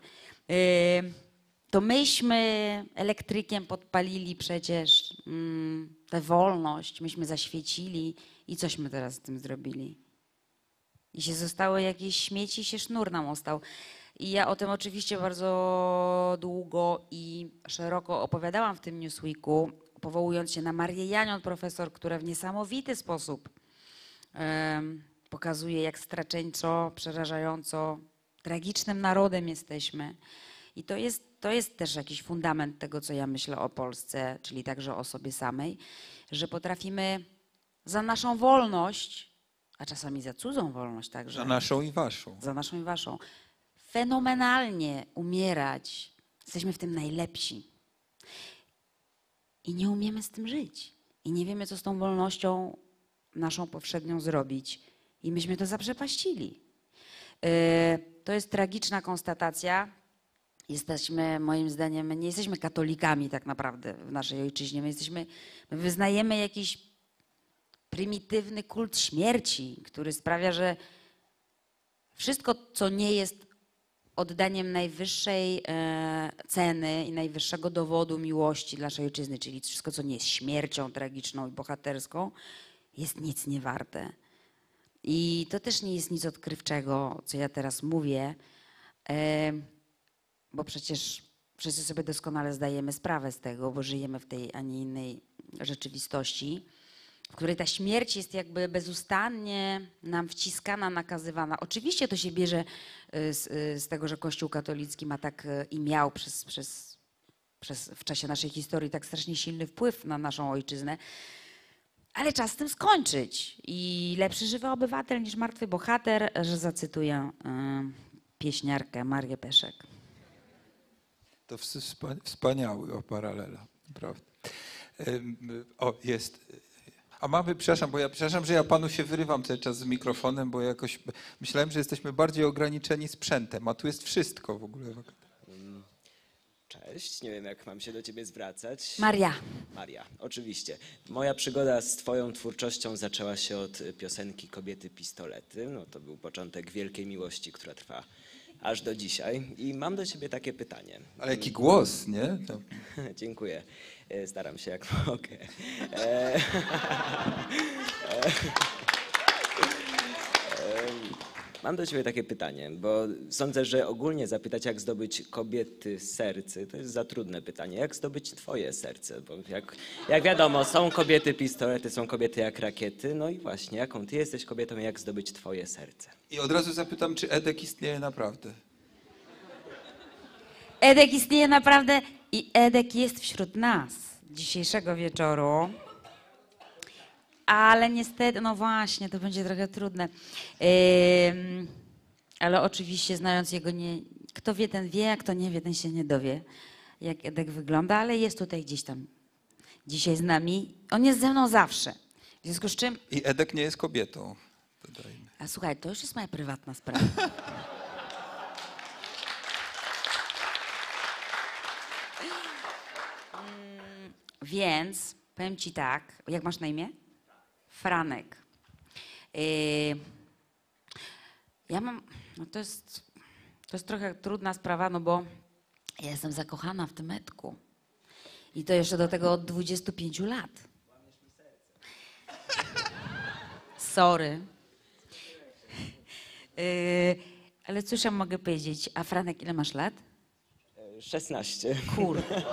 To myśmy elektrykiem podpalili przecież tę wolność, myśmy zaświecili i cośmy teraz z tym zrobili. I się zostały jakieś śmieci i się sznur nam ostał. I ja o tym oczywiście bardzo długo i szeroko opowiadałam w tym Newsweeku, powołując się na Marię Janion, profesor, która w niesamowity sposób pokazuje, jak straczeńczo, przerażająco, tragicznym narodem jesteśmy. I to jest też jakiś fundament tego, co ja myślę o Polsce, czyli także o sobie samej, że potrafimy za naszą wolność, a czasami za cudzą wolność także, Za naszą i waszą. za naszą i waszą, fenomenalnie umierać. Jesteśmy w tym najlepsi. I nie umiemy z tym żyć. I nie wiemy, co z tą wolnością naszą powszednią zrobić. I myśmy to zaprzepaścili. To jest tragiczna konstatacja. Jesteśmy, moim zdaniem, my nie jesteśmy katolikami tak naprawdę w naszej ojczyźnie. My wyznajemy jakiś prymitywny kult śmierci, który sprawia, że wszystko, co nie jest oddaniem najwyższej ceny i najwyższego dowodu miłości dla naszej ojczyzny, czyli wszystko, co nie jest śmiercią tragiczną i bohaterską, jest nic nie warte. I to też nie jest nic odkrywczego, co ja teraz mówię, bo przecież wszyscy sobie doskonale zdajemy sprawę z tego, bo żyjemy w tej, a nie innej rzeczywistości, w której ta śmierć jest jakby bezustannie nam wciskana, nakazywana. Oczywiście to się bierze z tego, że Kościół katolicki ma tak i miał w czasie naszej historii tak strasznie silny wpływ na naszą ojczyznę, ale czas z tym skończyć. I lepszy żywy obywatel niż martwy bohater, że zacytuję pieśniarkę Marię Peszek. To wspaniały paralela, naprawdę. O, jest. A mamy, przepraszam, że ja panu się wyrywam cały czas z mikrofonem, bo jakoś myślałem, że jesteśmy bardziej ograniczeni sprzętem, a tu jest wszystko w ogóle. Cześć, nie wiem jak mam się do ciebie zwracać. Maria. Maria, oczywiście. Moja przygoda z twoją twórczością zaczęła się od piosenki Kobiety Pistolety. No to był początek wielkiej miłości, która trwa aż do dzisiaj. I mam do ciebie takie pytanie. Ale jaki głos, nie? To... Dziękuję. Staram się jak mogę. Mam do ciebie takie pytanie, bo sądzę, że ogólnie zapytać, jak zdobyć kobiety serce, to jest za trudne pytanie. Jak zdobyć twoje serce? Bo jak wiadomo, są kobiety pistolety, są kobiety jak rakiety. No i właśnie, jaką ty jesteś kobietą, jak zdobyć twoje serce? I od razu zapytam, czy Edek istnieje naprawdę? Edek istnieje naprawdę i Edek jest wśród nas dzisiejszego wieczoru. Ale niestety, no właśnie, to będzie trochę trudne. Ale oczywiście znając jego, kto wie, ten wie, a kto nie wie, ten się nie dowie, jak Edek wygląda, ale jest tutaj gdzieś tam dzisiaj z nami. On jest ze mną zawsze. W związku z czym... I Edek nie jest kobietą, dodajmy. A słuchaj, to już jest moja prywatna sprawa. Więc powiem ci tak, jak masz na imię? Franek. Ja mam, no to jest trochę trudna sprawa, no bo ja jestem zakochana w tym Edku. I to jeszcze do tego od 25 lat. Sorry. Ale cóż ja mogę powiedzieć? A Franek, ile masz lat? 16. Kurde.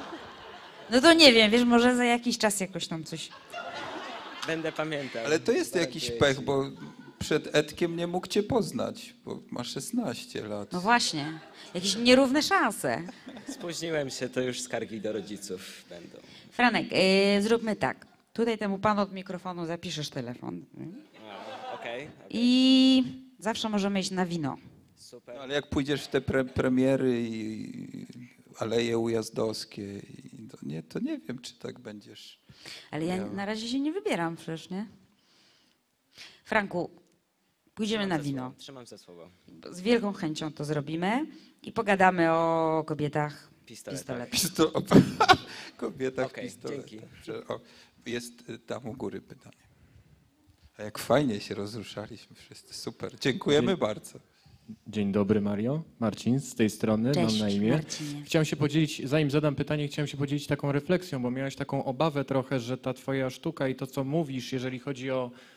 No to nie wiem, wiesz, może za jakiś czas jakoś tam coś... Będę pamiętał. Ale to jest Bardzo jakiś ci- pech, bo przed Edkiem nie mógł cię poznać, bo ma 16 lat. No właśnie, jakieś nierówne szanse. Spóźniłem się, to już skargi do rodziców będą. Franek, zróbmy tak. Tutaj temu panu od mikrofonu zapiszesz telefon. Okej, I zawsze możemy iść na wino. super. Ale jak pójdziesz w te premiery i Aleje Ujazdowskie, to nie wiem, czy tak będziesz. Ale ja Miała. na razie się nie wybieram przecież, nie? Franku, pójdziemy Trzymam na za wino. słowo, Trzymam za słowo. Z wielką chęcią to zrobimy i pogadamy o kobietach Pistoletach. pistoletach. Kobieta w Okej, pistoletach. dzięki. O, jest tam u góry pytanie. A jak fajnie się rozruszaliśmy wszyscy. Super. Dziękujemy bardzo. Dzień dobry, Mario. Marcin z tej strony, Cześć, mam na imię. Marcinie. Chciałem się podzielić, zanim zadam pytanie, chciałem się podzielić taką refleksją, bo miałeś taką obawę trochę, że ta twoja sztuka i to, co mówisz, jeżeli chodzi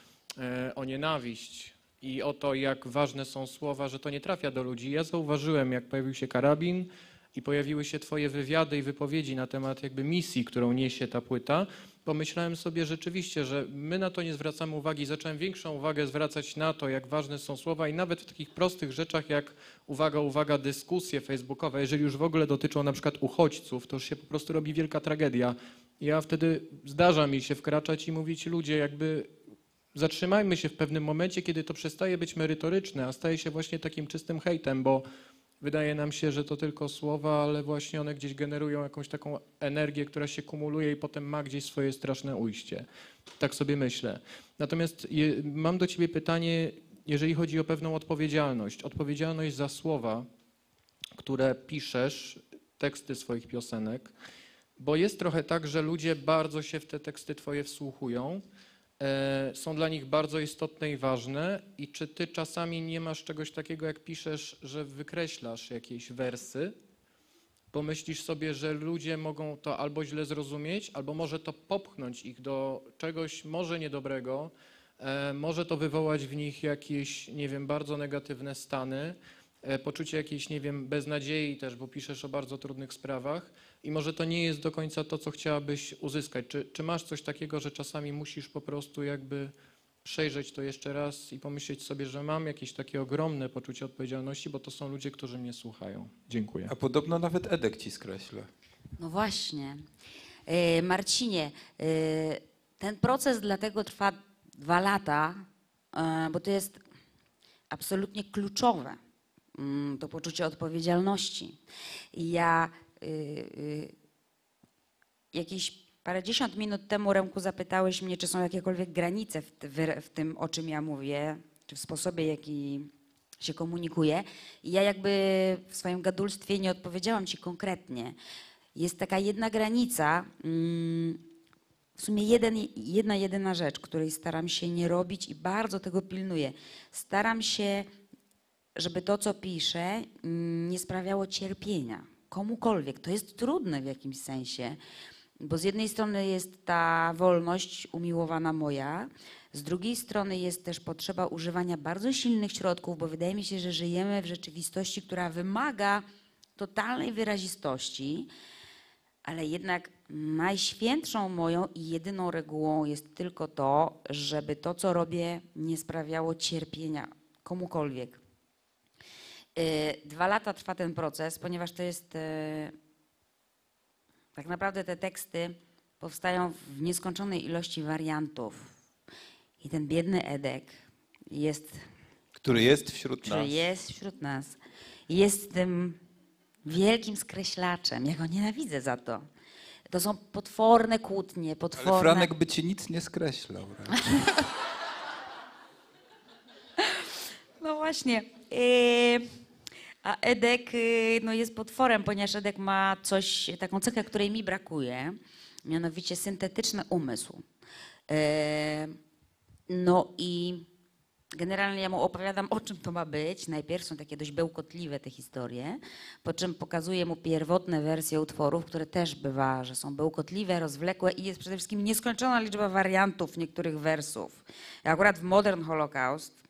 o nienawiść i o to, jak ważne są słowa, że to nie trafia do ludzi. Ja zauważyłem, jak pojawił się karabin i pojawiły się twoje wywiady i wypowiedzi na temat jakby misji, którą niesie ta płyta, pomyślałem sobie rzeczywiście, że my na to nie zwracamy uwagi. Zacząłem większą uwagę zwracać na to, jak ważne są słowa i nawet w takich prostych rzeczach jak, uwaga, dyskusje facebookowe, jeżeli już w ogóle dotyczą na przykład uchodźców, to już się po prostu robi wielka tragedia. Ja wtedy zdarza mi się wkraczać i mówić, ludzie, jakby zatrzymajmy się w pewnym momencie, kiedy to przestaje być merytoryczne, a staje się właśnie takim czystym hejtem, bo wydaje nam się, że to tylko słowa, ale właśnie one gdzieś generują jakąś taką energię, która się kumuluje i potem ma gdzieś swoje straszne ujście. Tak sobie myślę. Natomiast mam do ciebie pytanie, jeżeli chodzi o pewną odpowiedzialność. Odpowiedzialność za słowa, które piszesz, teksty swoich piosenek, bo jest trochę tak, że ludzie bardzo się w te teksty twoje wsłuchują, są dla nich bardzo istotne i ważne. I czy ty czasami nie masz czegoś takiego, jak piszesz, że wykreślasz jakieś wersy, bo myślisz sobie, że ludzie mogą to albo źle zrozumieć, albo może to popchnąć ich do czegoś może niedobrego, może to wywołać w nich jakieś, nie wiem, bardzo negatywne stany, poczucie jakiejś, nie wiem, beznadziei też, bo piszesz o bardzo trudnych sprawach i może to nie jest do końca to, co chciałabyś uzyskać. Czy masz coś takiego, że czasami musisz po prostu jakby przejrzeć to jeszcze raz i pomyśleć sobie, że mam jakieś takie ogromne poczucie odpowiedzialności, bo to są ludzie, którzy mnie słuchają. Dziękuję. A podobno nawet Edek ci skreśla. No właśnie. Marcinie, ten proces dlatego trwa 2 lata, bo to jest absolutnie kluczowe, to poczucie odpowiedzialności. I ja jakieś parędziesiąt minut temu, Remku, zapytałeś mnie, czy są jakiekolwiek granice w tym, o czym ja mówię, czy w sposobie, jaki się komunikuję. I ja jakby w swoim gadulstwie nie odpowiedziałam ci konkretnie. Jest taka jedna granica, w sumie jedna jedyna rzecz, której staram się nie robić i bardzo tego pilnuję. Staram się, żeby to, co piszę, nie sprawiało cierpienia komukolwiek. To jest trudne w jakimś sensie, bo z jednej strony jest ta wolność umiłowana moja, z drugiej strony jest też potrzeba używania bardzo silnych środków, bo wydaje mi się, że żyjemy w rzeczywistości, która wymaga totalnej wyrazistości, ale jednak najświętszą moją i jedyną regułą jest tylko to, żeby to, co robię, nie sprawiało cierpienia komukolwiek. 2 lata trwa ten proces, ponieważ to jest tak naprawdę te teksty powstają w nieskończonej ilości wariantów. I ten biedny Edek Który jest wśród nas. jest wśród nas, jest tym wielkim skreślaczem. Ja go nienawidzę za to. To są potworne kłótnie, potworne... Ale Franek by ci nic nie skreślał. No właśnie. A Edek no jest potworem, ponieważ Edek ma taką cechę, której mi brakuje, mianowicie syntetyczny umysł. No i Generalnie ja mu opowiadam, o czym to ma być. Najpierw są takie dość bełkotliwe te historie, po czym pokazuję mu pierwotne wersje utworów, które też bywa, że są bełkotliwe, rozwlekłe i jest przede wszystkim nieskończona liczba wariantów niektórych wersów. I akurat w Modern Holocaust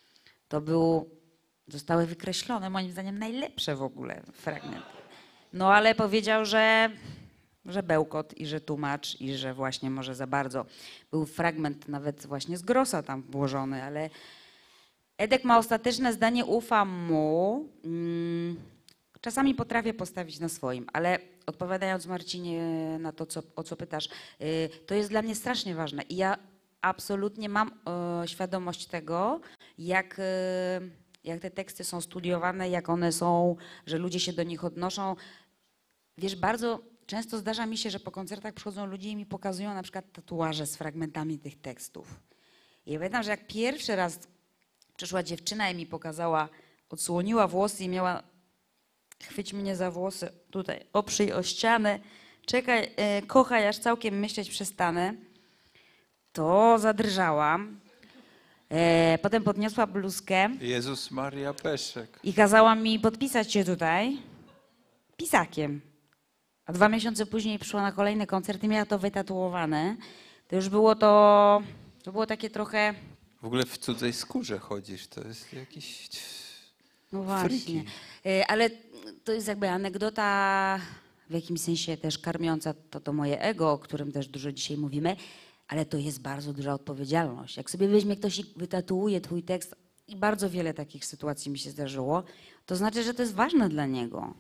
zostały wykreślone moim zdaniem najlepsze w ogóle fragmenty. No ale powiedział, że bełkot i że tłumacz i że właśnie może za bardzo. Był fragment nawet właśnie z Grossa tam włożony, ale Edek ma ostateczne zdanie, ufam mu. Czasami potrafię postawić na swoim, ale odpowiadając Marcinie na to, o co pytasz, to jest dla mnie strasznie ważne i ja absolutnie mam świadomość tego, jak te teksty są studiowane, jak one są, że ludzie się do nich odnoszą. Wiesz, bardzo często zdarza mi się, że po koncertach przychodzą ludzie i mi pokazują na przykład tatuaże z fragmentami tych tekstów. I ja pamiętam, że jak pierwszy raz przyszła dziewczyna i mi pokazała, odsłoniła włosy i miała chwyć mnie za włosy, tutaj oprzyj o ścianę, czekaj, kochaj, aż całkiem myśleć przestanę, to zadrżałam. Potem podniosła bluzkę Jezus Maria Peszek. i kazała mi podpisać się tutaj pisakiem. A 2 miesiące później przyszła na kolejny koncert i miała to wytatuowane. To już było to było takie trochę... W ogóle w cudzej skórze chodzisz, to jest jakiś... No właśnie. Friki. Ale to jest jakby anegdota w jakimś sensie też karmiąca to moje ego, o którym też dużo dzisiaj mówimy, ale to jest bardzo duża odpowiedzialność. Jak sobie weźmie ktoś i wytatuuje twój tekst i bardzo wiele takich sytuacji mi się zdarzyło, to znaczy, że to jest ważne dla niego.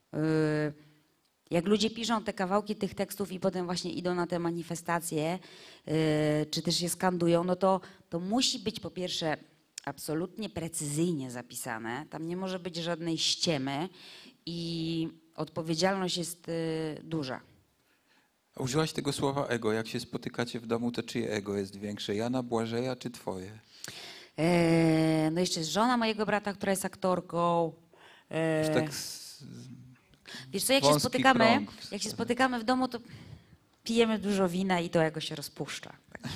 Jak ludzie piszą te kawałki tych tekstów i potem właśnie idą na te manifestacje, czy też je skandują, no to musi być po pierwsze absolutnie precyzyjnie zapisane. Tam nie może być żadnej ściemy i odpowiedzialność jest duża. A użyłaś tego słowa ego. Jak się spotykacie w domu, to czyje ego jest większe? Jana, Błażeja czy twoje? No jeszcze jest żona mojego brata, która jest aktorką. Już tak Wiesz co, wąski krąg. jak się spotykamy w domu, to pijemy dużo wina i to jakoś się rozpuszcza. Tak.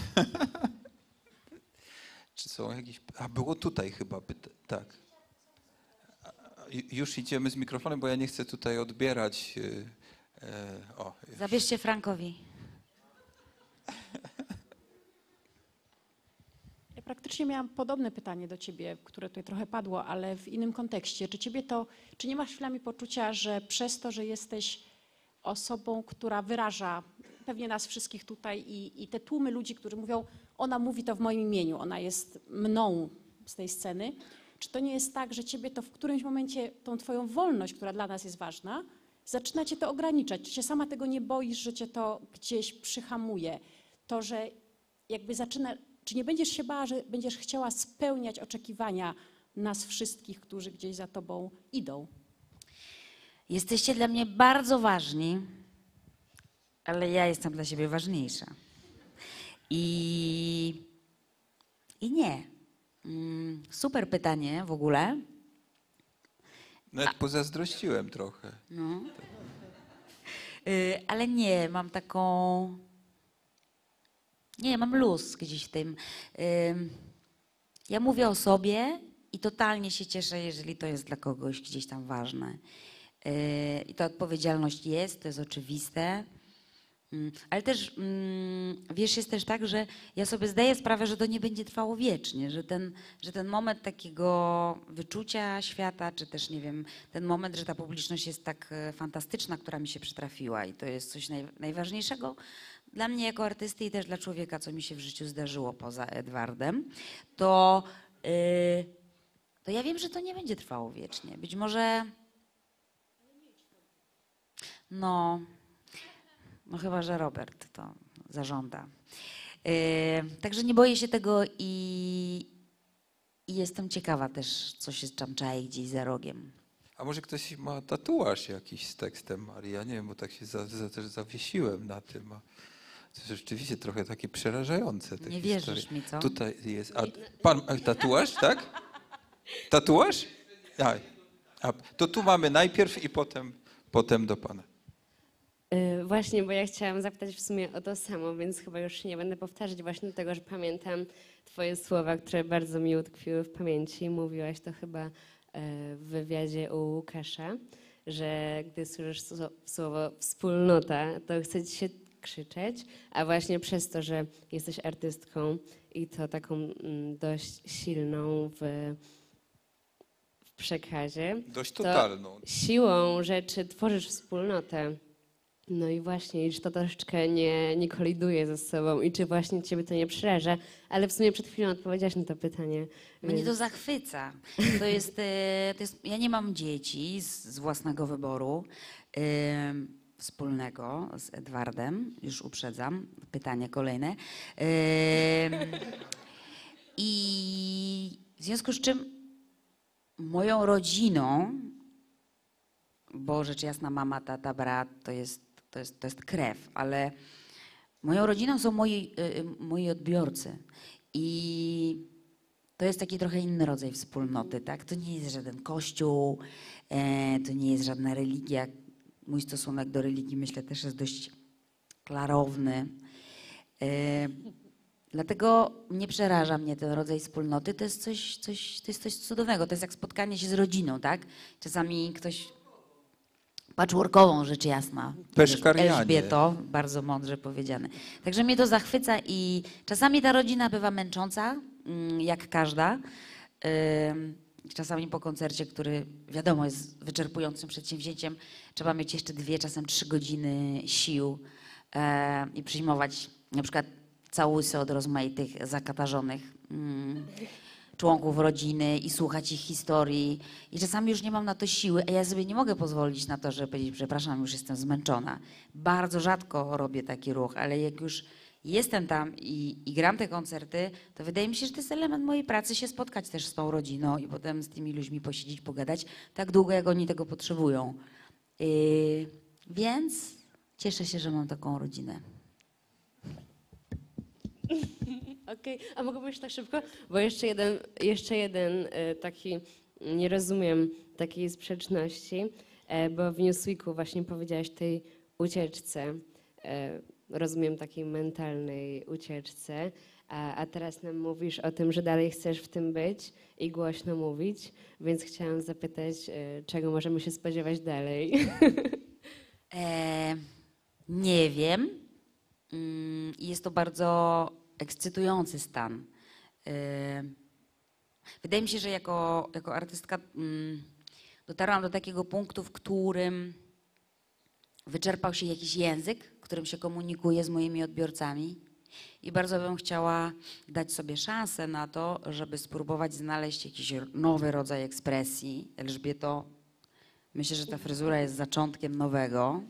Czy są jakieś... A było tutaj chyba, tak. Już idziemy z mikrofonem, bo ja nie chcę tutaj odbierać. Zabierzcie Frankowi. Ja praktycznie miałam podobne pytanie do ciebie, które tutaj trochę padło, ale w innym kontekście. Czy nie masz chwilami poczucia, że przez to, że jesteś osobą, która wyraża pewnie nas wszystkich tutaj i te tłumy ludzi, którzy mówią, ona mówi to w moim imieniu, ona jest mną z tej sceny, czy to nie jest tak, że ciebie to w którymś momencie, tą twoją wolność, która dla nas jest ważna, zaczyna cię to ograniczać? Czy się sama tego nie boisz, że cię to gdzieś przyhamuje? To, że jakby czy nie będziesz się bała, że będziesz chciała spełniać oczekiwania nas wszystkich, którzy gdzieś za tobą idą? Jesteście dla mnie bardzo ważni, ale ja jestem dla siebie ważniejsza. I nie. Super pytanie w ogóle. Nawet pozazdrościłem trochę. No. Ale nie, mam taką... Nie, mam luz gdzieś w tym. Ja mówię o sobie i totalnie się cieszę, jeżeli to jest dla kogoś gdzieś tam ważne. I ta odpowiedzialność jest, to jest oczywiste. Ale też, wiesz, jest też tak, że ja sobie zdaję sprawę, że to nie będzie trwało wiecznie, że ten moment takiego wyczucia świata, czy też, nie wiem, ten moment, że ta publiczność jest tak fantastyczna, która mi się przytrafiła i to jest coś najważniejszego dla mnie jako artysty i też dla człowieka, co mi się w życiu zdarzyło poza Edwardem, to ja wiem, że to nie będzie trwało wiecznie. Być może... No chyba, że Robert to zażąda. Także nie boję się tego i jestem ciekawa też, co się tam czai gdzieś za rogiem. A może ktoś ma tatuaż jakiś z tekstem Marii? Ja nie wiem, bo tak się też zawiesiłem na tym. A to jest rzeczywiście trochę takie przerażające. Te Nie historie. wierzysz mi, co? Tutaj jest. A pan tatuaż, tak? Tatuaż? To tu mamy najpierw i potem do pana. Właśnie, bo ja chciałam zapytać w sumie o to samo, więc chyba już nie będę powtarzać właśnie tego, że pamiętam twoje słowa, które bardzo mi utkwiły w pamięci. Mówiłaś to chyba w wywiadzie u Łukasza, że gdy słyszysz słowo wspólnota, to chce ci się krzyczeć, a właśnie przez to, że jesteś artystką i to taką dość silną w przekazie, Dość to totalną. siłą rzeczy tworzysz wspólnotę. No i właśnie, i czy to troszeczkę nie koliduje ze sobą i czy właśnie ciebie to nie przeraża, ale w sumie przed chwilą odpowiedziałaś na to pytanie. Mnie więc- to zachwyca. Ja nie mam dzieci z własnego wyboru wspólnego z Edwardem, już uprzedzam, pytanie kolejne. I w związku z czym moją rodziną, bo rzecz jasna mama, tata, brat to jest krew, ale moją rodziną są moi odbiorcy. I to jest taki trochę inny rodzaj wspólnoty, tak? To nie jest żaden kościół, to nie jest żadna religia. Mój stosunek do religii, myślę, też jest dość klarowny. Dlatego nie przeraża mnie ten rodzaj wspólnoty. To jest coś cudownego. To jest jak spotkanie się z rodziną, tak? Czasami ktoś patchworkową, rzecz jasna. Peszkarianie. Elżbieto, bardzo mądrze powiedziane. Także mnie to zachwyca i czasami ta rodzina bywa męcząca, jak każda. Czasami po koncercie, który wiadomo jest wyczerpującym przedsięwzięciem, trzeba mieć jeszcze 2, czasem 3 godziny sił i przyjmować na przykład całusy od rozmaitych zakatarzonych członków rodziny i słuchać ich historii. I czasami już nie mam na to siły, a ja sobie nie mogę pozwolić na to, żeby powiedzieć, przepraszam, już jestem zmęczona. Bardzo rzadko robię taki ruch, ale jak już jestem tam i gram te koncerty, to wydaje mi się, że to jest element mojej pracy się spotkać też z tą rodziną i potem z tymi ludźmi posiedzieć, pogadać tak długo, jak oni tego potrzebują. Więc cieszę się, że mam taką rodzinę. Okej, a mogę powiedzieć tak szybko? Bo jeszcze jeden taki, nie rozumiem takiej sprzeczności, bo w Newsweeku właśnie powiedziałaś tej ucieczce, rozumiem takiej mentalnej ucieczce, a teraz nam mówisz o tym, że dalej chcesz w tym być i głośno mówić, więc chciałam zapytać, czego możemy się spodziewać dalej? Nie wiem. Jest to bardzo ekscytujący stan. Wydaje mi się, że jako artystka dotarłam do takiego punktu, w którym wyczerpał się jakiś język, którym się komunikuję z moimi odbiorcami i bardzo bym chciała dać sobie szansę na to, żeby spróbować znaleźć jakiś nowy rodzaj ekspresji. Elżbieto, myślę, że ta fryzura jest zaczątkiem nowego.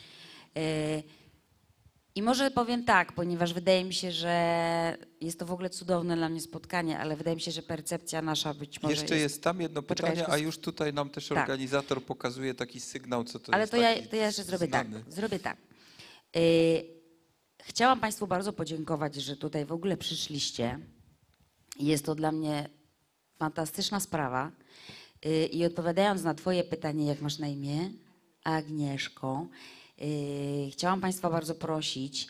I może powiem tak, ponieważ wydaje mi się, że jest to w ogóle cudowne dla mnie spotkanie, ale wydaje mi się, że percepcja nasza być może Jeszcze jest tam jedno Poczekaj, pytanie, jeszcze a już tutaj nam też Tak. organizator pokazuje taki sygnał, co to Ale jest. to ja taki jeszcze zrobię znany. tak. Zrobię tak. Chciałam Państwu bardzo podziękować, że tutaj w ogóle przyszliście. Jest to dla mnie fantastyczna sprawa. I odpowiadając na Twoje pytanie, jak masz na imię? Agnieszko. Chciałam Państwa bardzo prosić,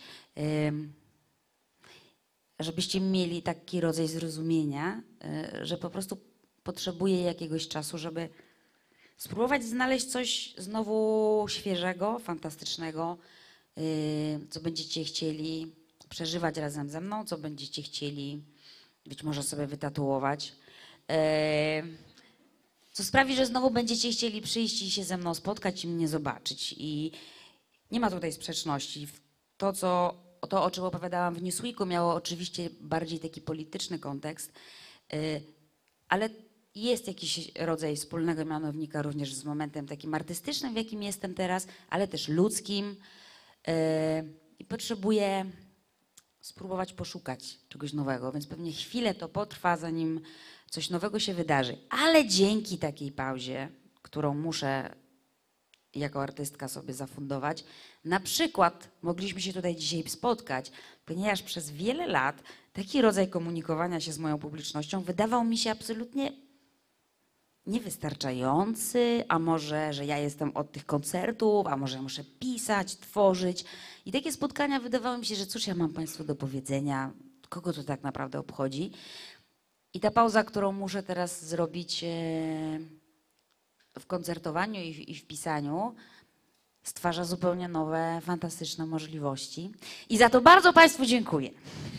żebyście mieli taki rodzaj zrozumienia, że po prostu potrzebuję jakiegoś czasu, żeby spróbować znaleźć coś znowu świeżego, fantastycznego, co będziecie chcieli przeżywać razem ze mną, co będziecie chcieli być może sobie wytatuować. Co sprawi, że znowu będziecie chcieli przyjść i się ze mną spotkać i mnie zobaczyć. I nie ma tutaj sprzeczności. To, o czym opowiadałam w Newsweeku, miało oczywiście bardziej taki polityczny kontekst, ale jest jakiś rodzaj wspólnego mianownika również z momentem takim artystycznym, w jakim jestem teraz, ale też ludzkim. I potrzebuję spróbować poszukać czegoś nowego, więc pewnie chwilę to potrwa, zanim coś nowego się wydarzy. Ale dzięki takiej pauzie, którą muszę jako artystka sobie zafundować, na przykład mogliśmy się tutaj dzisiaj spotkać, ponieważ przez wiele lat taki rodzaj komunikowania się z moją publicznością wydawał mi się absolutnie niewystarczający, a może, że ja jestem od tych koncertów, a może ja muszę pisać, tworzyć. I takie spotkania wydawały mi się, że cóż ja mam Państwu do powiedzenia, kogo to tak naprawdę obchodzi. I ta pauza, którą muszę teraz zrobić w koncertowaniu i w pisaniu, stwarza zupełnie nowe, fantastyczne możliwości. I za to bardzo Państwu dziękuję.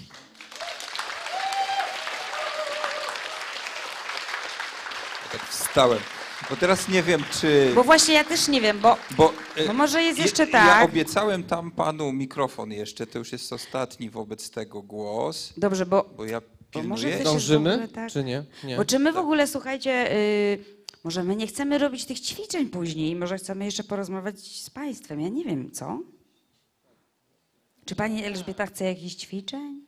Tak wstałem. Bo teraz nie wiem, czy... Bo właśnie ja też nie wiem, bo może jest jeszcze Ja tak. obiecałem tam panu mikrofon jeszcze, to już jest ostatni wobec tego głos, Dobrze, bo ja bo może pilnuję. też jest w Dążymy, ogóle tak. czy nie? Nie. Bo czy my w ogóle, słuchajcie, może my nie chcemy robić tych ćwiczeń później, może chcemy jeszcze porozmawiać z Państwem, ja nie wiem, co? Czy Pani Elżbieta chce jakichś ćwiczeń?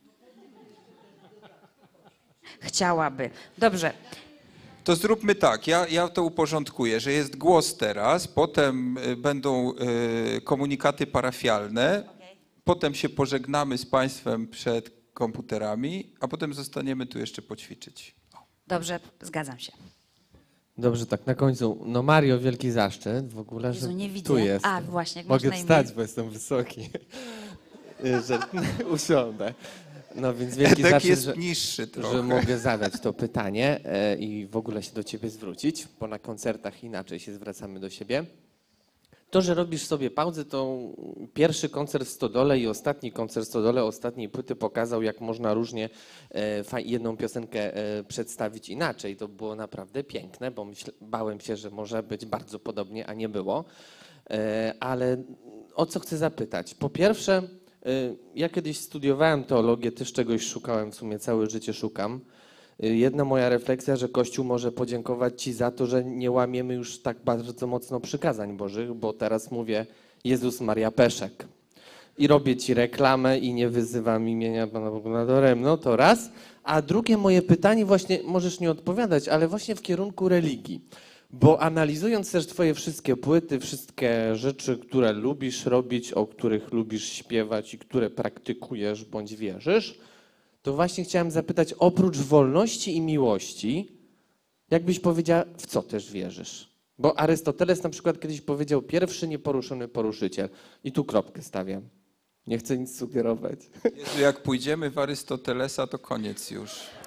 Chciałaby. Dobrze. To zróbmy tak, ja to uporządkuję, że jest głos teraz, potem będą komunikaty parafialne, potem się pożegnamy z Państwem przed komputerami, a potem zostaniemy tu jeszcze poćwiczyć. Dobrze, zgadzam się. Dobrze, tak na końcu. No Mario, wielki zaszczyt w ogóle, Jezu, że nie widzę. tu jest. A, właśnie, jak masz Mogę na imię? wstać, bo jestem wysoki. Że usiądę. No więc wielki Edek zaszczyt, jest że, niższy trochę. że mogę zadać to pytanie i w ogóle się do ciebie zwrócić, bo na koncertach inaczej się zwracamy do siebie. To, że robisz sobie pauzę, to pierwszy koncert w Stodole i ostatni koncert w Stodole ostatniej płyty pokazał, jak można różnie jedną piosenkę przedstawić inaczej. To było naprawdę piękne, bo bałem się, że może być bardzo podobnie, a nie było. Ale o co chcę zapytać? Po pierwsze, ja kiedyś studiowałem teologię, też czegoś szukałem, w sumie całe życie szukam. Jedna moja refleksja, że Kościół może podziękować Ci za to, że nie łamiemy już tak bardzo mocno przykazań Bożych, bo teraz mówię Jezus Maria Peszek. I robię Ci reklamę i nie wyzywam imienia Pana Boga nadaremno, to raz. A drugie moje pytanie, właśnie możesz nie odpowiadać, ale właśnie w kierunku religii. Bo analizując też Twoje wszystkie płyty, wszystkie rzeczy, które lubisz robić, o których lubisz śpiewać i które praktykujesz bądź wierzysz, to właśnie chciałem zapytać, oprócz wolności i miłości, jakbyś powiedziała, w co też wierzysz? Bo Arystoteles na przykład kiedyś powiedział, pierwszy nieporuszony poruszyciel. I tu kropkę stawiam. Nie chcę nic sugerować. Jezu, jak pójdziemy w Arystotelesa, to koniec już.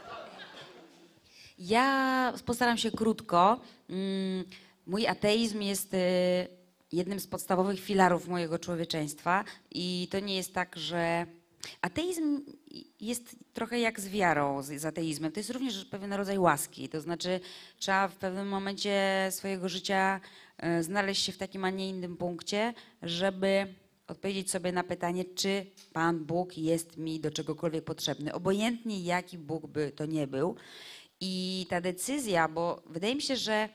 Ja postaram się krótko. Mój ateizm jest jednym z podstawowych filarów mojego człowieczeństwa i to nie jest tak, że ateizm jest trochę jak z wiarą, z ateizmem. To jest również pewien rodzaj łaski. To znaczy trzeba w pewnym momencie swojego życia znaleźć się w takim, a nie innym punkcie, żeby odpowiedzieć sobie na pytanie, czy Pan Bóg jest mi do czegokolwiek potrzebny. Obojętnie jaki Bóg by to nie był. I ta decyzja, bo wydaje mi się, że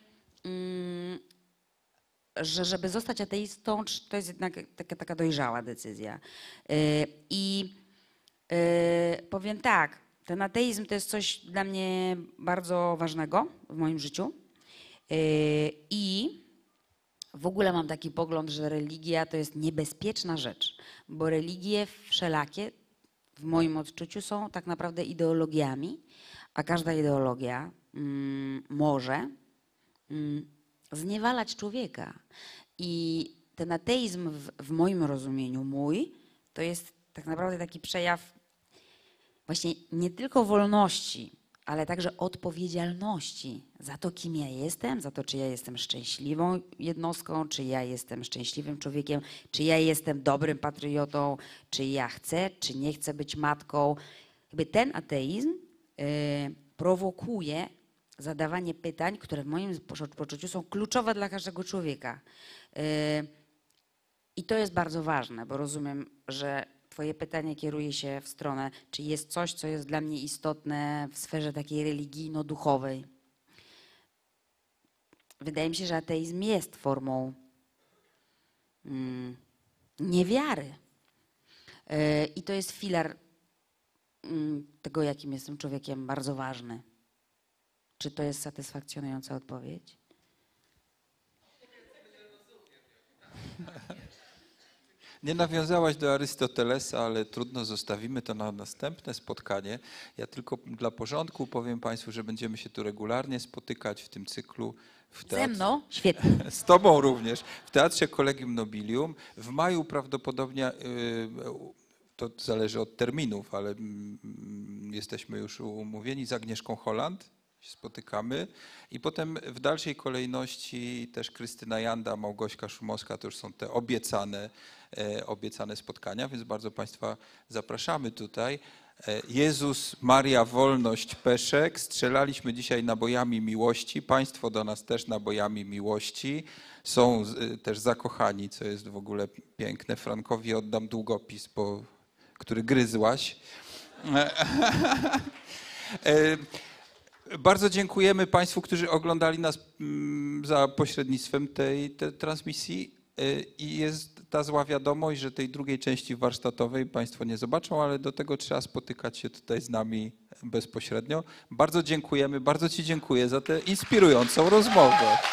żeby zostać ateistą, to jest jednak taka dojrzała decyzja. I powiem tak, ten ateizm to jest coś dla mnie bardzo ważnego w moim życiu. I w ogóle mam taki pogląd, że religia to jest niebezpieczna rzecz, bo religie wszelakie w moim odczuciu są tak naprawdę ideologiami, a każda ideologia może zniewalać człowieka. I ten ateizm w moim rozumieniu, to jest tak naprawdę taki przejaw właśnie nie tylko wolności, ale także odpowiedzialności za to, kim ja jestem, za to, czy ja jestem szczęśliwą jednostką, czy ja jestem szczęśliwym człowiekiem, czy ja jestem dobrym patriotą, czy ja chcę, czy nie chcę być matką. Jakby ten ateizm prowokuje zadawanie pytań, które w moim poczuciu są kluczowe dla każdego człowieka. I to jest bardzo ważne, bo rozumiem, że Twoje pytanie kieruje się w stronę, czy jest coś, co jest dla mnie istotne w sferze takiej religijno-duchowej. Wydaje mi się, że ateizm jest formą niewiary. I to jest filar tego, jakim jestem człowiekiem, bardzo ważny. Czy to jest satysfakcjonująca odpowiedź? Nie nawiązałaś do Arystotelesa, ale trudno, zostawimy to na następne spotkanie. Ja tylko dla porządku powiem Państwu, że będziemy się tu regularnie spotykać w tym cyklu. Ze mną? Świetnie. Z Tobą również, w Teatrze Collegium Nobilium. W maju prawdopodobnie, to zależy od terminów, ale jesteśmy już umówieni z Agnieszką Holland, się spotykamy. I potem w dalszej kolejności też Krystyna Janda, Małgośka Szumowska, to już są te obiecane spotkania, więc bardzo Państwa zapraszamy tutaj. Jezus, Maria, Wolność, Peszek. Strzelaliśmy dzisiaj nabojami miłości. Państwo do nas też nabojami miłości. Są też zakochani, co jest w ogóle piękne. Frankowi oddam długopis, który gryzłaś. Bardzo dziękujemy Państwu, którzy oglądali nas za pośrednictwem tej transmisji. I jest ta zła wiadomość, że tej drugiej części warsztatowej Państwo nie zobaczą, ale do tego trzeba spotykać się tutaj z nami bezpośrednio. Bardzo dziękujemy, bardzo Ci dziękuję za tę inspirującą rozmowę.